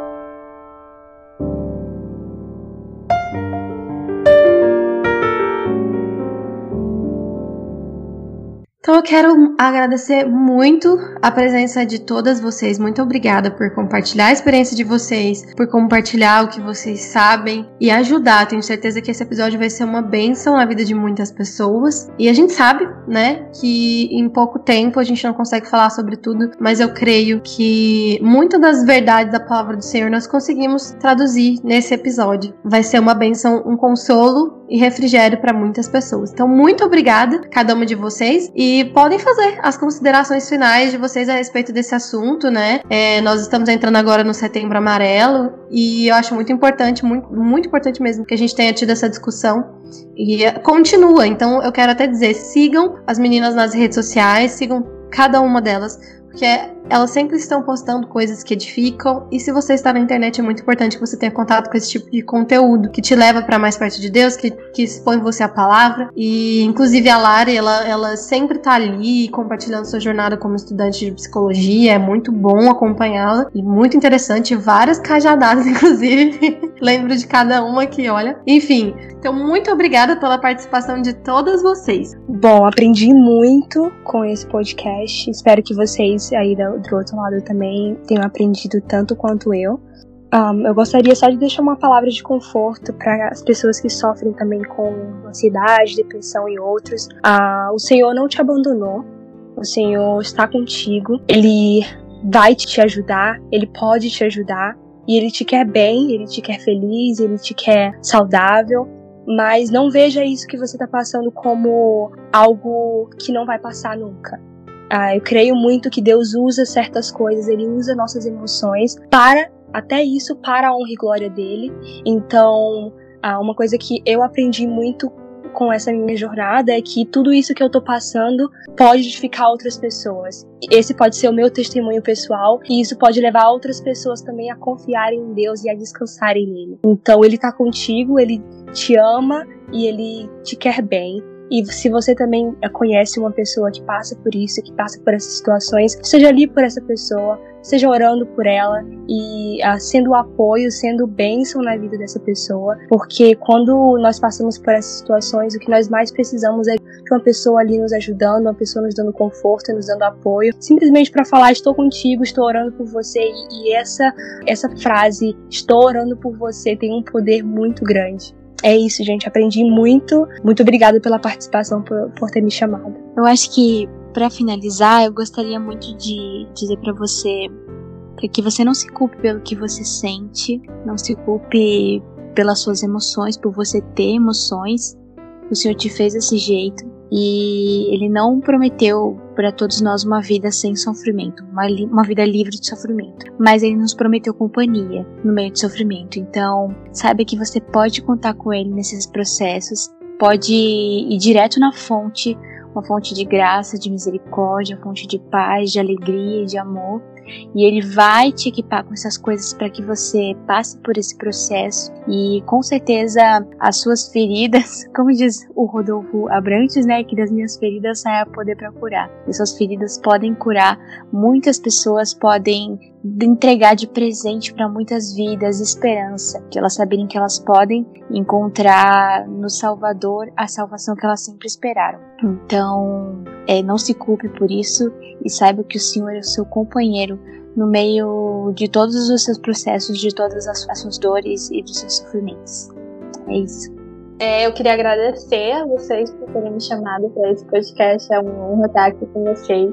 Então eu quero agradecer muito a presença de todas vocês. Muito obrigada por compartilhar a experiência de vocês, por compartilhar o que vocês sabem e ajudar. Tenho certeza que esse episódio vai ser uma bênção na vida de muitas pessoas. E a gente sabe, né, que em pouco tempo a gente não consegue falar sobre tudo, mas eu creio que muitas das verdades da palavra do Senhor nós conseguimos traduzir nesse episódio. Vai ser uma bênção, um consolo e refrigério para muitas pessoas. Então, muito obrigada a cada uma de vocês e podem fazer as considerações finais de vocês a respeito desse assunto, né? Nós estamos entrando agora no Setembro Amarelo e eu acho muito importante, muito importante mesmo que a gente tenha tido essa discussão e continua. Então, eu quero até dizer, sigam as meninas nas redes sociais, sigam cada uma delas, porque elas sempre estão postando coisas que edificam, e se você está na internet é muito importante que você tenha contato com esse tipo de conteúdo, que te leva para mais perto de Deus, que expõe você a palavra. E inclusive a Lari, ela sempre tá ali compartilhando sua jornada como estudante de psicologia, é muito bom acompanhá-la, e muito interessante, várias cajadadas inclusive, lembro de cada uma aqui, olha. Enfim, então muito obrigada pela participação de todas vocês. Bom, aprendi muito com esse podcast, espero que vocês aí do outro lado também tenham aprendido tanto quanto eu. Eu gostaria só de deixar uma palavra de conforto para as pessoas que sofrem também com ansiedade, depressão e outros. O Senhor não te abandonou, o Senhor está contigo, Ele vai te ajudar, Ele pode te ajudar, e Ele te quer bem, Ele te quer feliz, Ele te quer saudável, mas não veja isso que você está passando como algo que não vai passar nunca. Eu creio muito que Deus usa certas coisas, Ele usa nossas emoções para a honra e glória dele. Então, uma coisa que eu aprendi muito com essa minha jornada é que tudo isso que eu tô passando pode edificar outras pessoas. Esse pode ser o meu testemunho pessoal e isso pode levar outras pessoas também a confiarem em Deus e a descansarem nele. Então ele tá contigo, ele te ama e ele te quer bem. E se você também conhece uma pessoa que passa por isso, que passa por essas situações, seja ali por essa pessoa, seja orando por ela e sendo apoio, sendo bênção na vida dessa pessoa, porque quando nós passamos por essas situações, o que nós mais precisamos é de uma pessoa ali nos ajudando, uma pessoa nos dando conforto, nos dando apoio, simplesmente para falar, estou contigo, estou orando por você, e essa frase, estou orando por você, tem um poder muito grande. É isso, gente. Aprendi muito. Muito obrigada pela participação, por ter me chamado. Eu acho que, pra finalizar, eu gostaria muito de dizer pra você que você não se culpe pelo que você sente, não se culpe pelas suas emoções, por você ter emoções. O Senhor te fez desse jeito e Ele não prometeu para todos nós uma vida sem sofrimento, uma vida livre de sofrimento, mas Ele nos prometeu companhia no meio de sofrimento. Então, saiba que você pode contar com Ele nesses processos, pode ir direto na fonte, uma fonte de graça, de misericórdia, fonte de paz, de alegria e de amor. E Ele vai te equipar com essas coisas para que você passe por esse processo. E com certeza as suas feridas, como diz o Rodolfo Abrantes, né, que das minhas feridas sai a poder para curar. E suas feridas podem curar, muitas pessoas podem entregar de presente para muitas vidas esperança, que elas saberem que elas podem encontrar no Salvador a salvação que elas sempre esperaram. Então, não se culpe por isso e saiba que o Senhor é o seu companheiro no meio de todos os seus processos, de todas as suas dores e dos seus sofrimentos. É isso. Eu queria agradecer a vocês por terem me chamado para esse podcast. É uma honra estar aqui com vocês.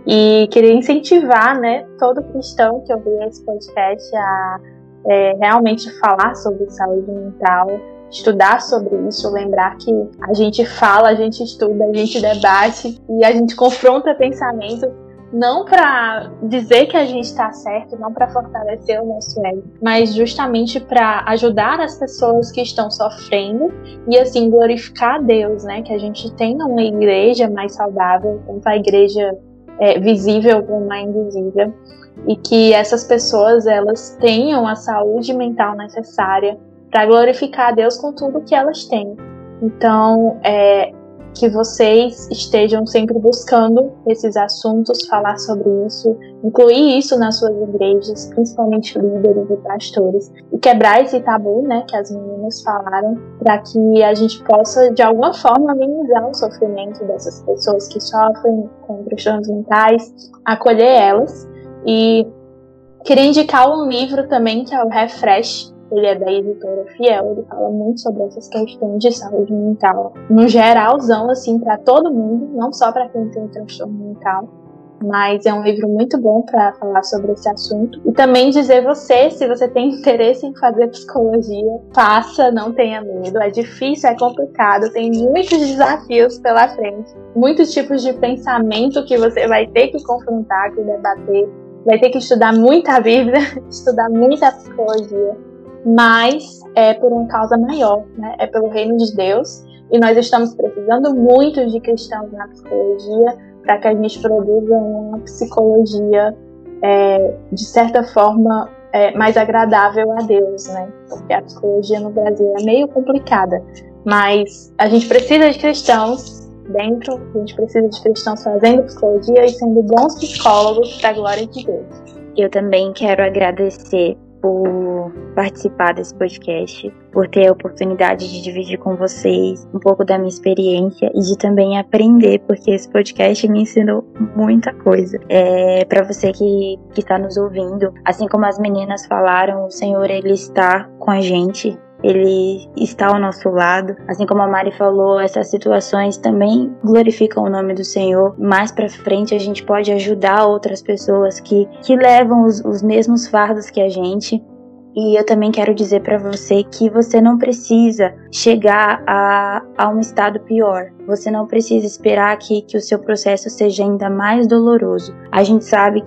E queria incentivar, né, todo cristão que ouvir esse podcast a realmente falar sobre saúde mental, estudar sobre isso, lembrar que a gente fala, a gente estuda, a gente debate e a gente confronta pensamentos, não para dizer que a gente está certo, não para fortalecer o nosso ego, mas justamente para ajudar as pessoas que estão sofrendo e assim glorificar a Deus, né? Que a gente tenha uma igreja mais saudável, tanto a igreja visível como a invisível, e que essas pessoas elas tenham a saúde mental necessária para glorificar a Deus com tudo que elas têm. Então, que vocês estejam sempre buscando esses assuntos, falar sobre isso, incluir isso nas suas igrejas, principalmente líderes e pastores, e quebrar esse tabu, né, que as meninas falaram, para que a gente possa, de alguma forma, amenizar o sofrimento dessas pessoas que sofrem com transtornos mentais, acolher elas. E queria indicar um livro também, que é o Refresh. Ele é da editora Fiel, ele fala muito sobre essas questões de saúde mental, no geralzão, assim, para todo mundo, não só para quem tem transtorno mental, mas é um livro muito bom para falar sobre esse assunto. E também dizer se você tem interesse em fazer psicologia, faça, não tenha medo, é difícil, é complicado, tem muitos desafios pela frente, muitos tipos de pensamento que você vai ter que confrontar, que debater, vai ter que estudar muita Bíblia, estudar muita psicologia, mas é por uma causa maior, né? É pelo reino de Deus, e nós estamos precisando muito de cristãos na psicologia para que a gente produza uma psicologia de certa forma mais agradável a Deus, né? Porque a psicologia no Brasil é meio complicada, mas a gente precisa de cristãos dentro, a gente precisa de cristãos fazendo psicologia e sendo bons psicólogos para a glória de Deus. Eu também quero agradecer por participar desse podcast, por ter a oportunidade de dividir com vocês um pouco da minha experiência e de também aprender, porque esse podcast me ensinou muita coisa. Para você que está nos ouvindo, assim como as meninas falaram, o Senhor, Ele está com a gente. Ele está ao nosso lado. Assim como a Mari falou, essas situações também glorificam o nome do Senhor. Mais pra frente a gente pode ajudar outras pessoas que levam os mesmos fardos que a gente. E eu também quero dizer para você que você não precisa chegar a um estado pior. Você não precisa esperar que o seu processo seja ainda mais doloroso. A gente sabe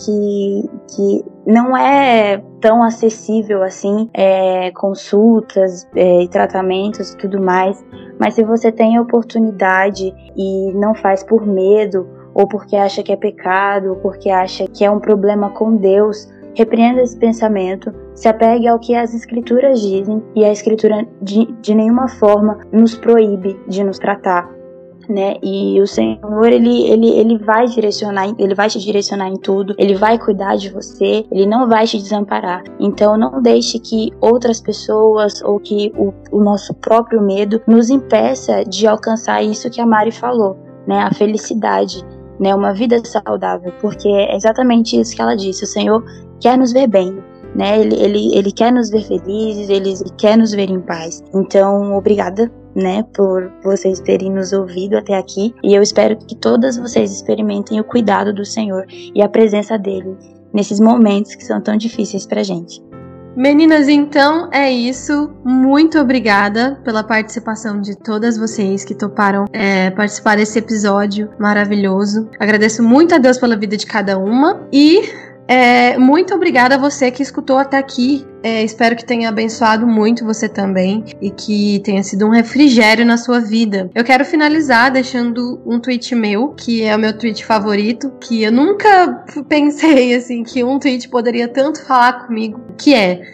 que não é tão acessível assim, consultas e tratamentos e tudo mais. Mas se você tem a oportunidade e não faz por medo, ou porque acha que é pecado, ou porque acha que é um problema com Deus, repreenda esse pensamento, se apegue ao que as escrituras dizem, e a escritura de nenhuma forma nos proíbe de nos tratar, né? E o Senhor, ele vai te direcionar em tudo, ele vai cuidar de você, ele não vai te desamparar. Então não deixe que outras pessoas ou que o nosso próprio medo nos impeça de alcançar isso que a Mari falou, né? A felicidade, né? Uma vida saudável, porque é exatamente isso que ela disse. O Senhor quer nos ver bem, né? Ele quer nos ver felizes, ele quer nos ver em paz. Então, obrigada, né, por vocês terem nos ouvido até aqui, e eu espero que todas vocês experimentem o cuidado do Senhor e a presença dele nesses momentos que são tão difíceis pra gente. Meninas, então é isso. Muito obrigada pela participação de todas vocês que toparam participar desse episódio maravilhoso. Agradeço muito a Deus pela vida de cada uma e muito obrigada a você que escutou até aqui. Espero que tenha abençoado muito você também e que tenha sido um refrigério na sua vida. Eu quero finalizar deixando um tweet meu, que é o meu tweet favorito, que eu nunca pensei assim que um tweet poderia tanto falar comigo, que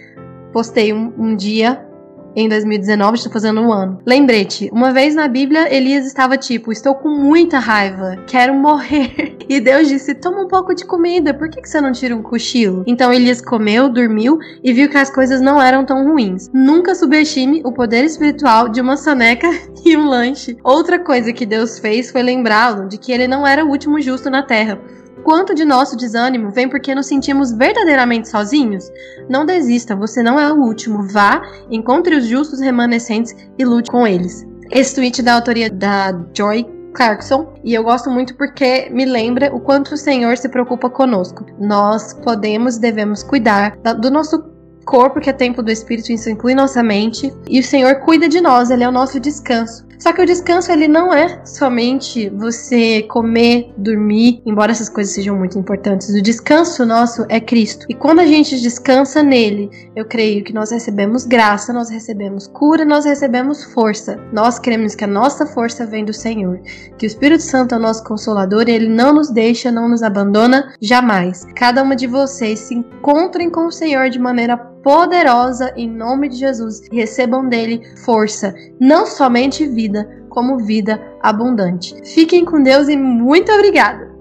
postei um dia em 2019, estou fazendo um ano. Lembrete, uma vez na Bíblia, Elias estava tipo, estou com muita raiva, quero morrer. E Deus disse, toma um pouco de comida, por que você não tira um cochilo? Então Elias comeu, dormiu e viu que as coisas não eram tão ruins. Nunca subestime o poder espiritual de uma soneca e um lanche. Outra coisa que Deus fez foi lembrá-lo de que ele não era o último justo na terra. Quanto de nosso desânimo vem porque nos sentimos verdadeiramente sozinhos? Não desista, você não é o último. Vá, encontre os justos remanescentes e lute com eles. Esse tweet é da autoria da Joy Clarkson, e eu gosto muito porque me lembra o quanto o Senhor se preocupa conosco. Nós podemos e devemos cuidar do nosso corpo, que é templo do Espírito, isso inclui nossa mente, e o Senhor cuida de nós, ele é o nosso descanso. Só que o descanso, ele não é somente você comer, dormir, embora essas coisas sejam muito importantes. O descanso nosso é Cristo. E quando a gente descansa nele, eu creio que nós recebemos graça, nós recebemos cura, nós recebemos força. Nós cremos que a nossa força vem do Senhor. Que o Espírito Santo é o nosso consolador e ele não nos deixa, não nos abandona jamais. Cada uma de vocês se encontrem com o Senhor de maneira poderosa em nome de Jesus e recebam dele força, não somente vida, como vida abundante. Fiquem com Deus e muito obrigada!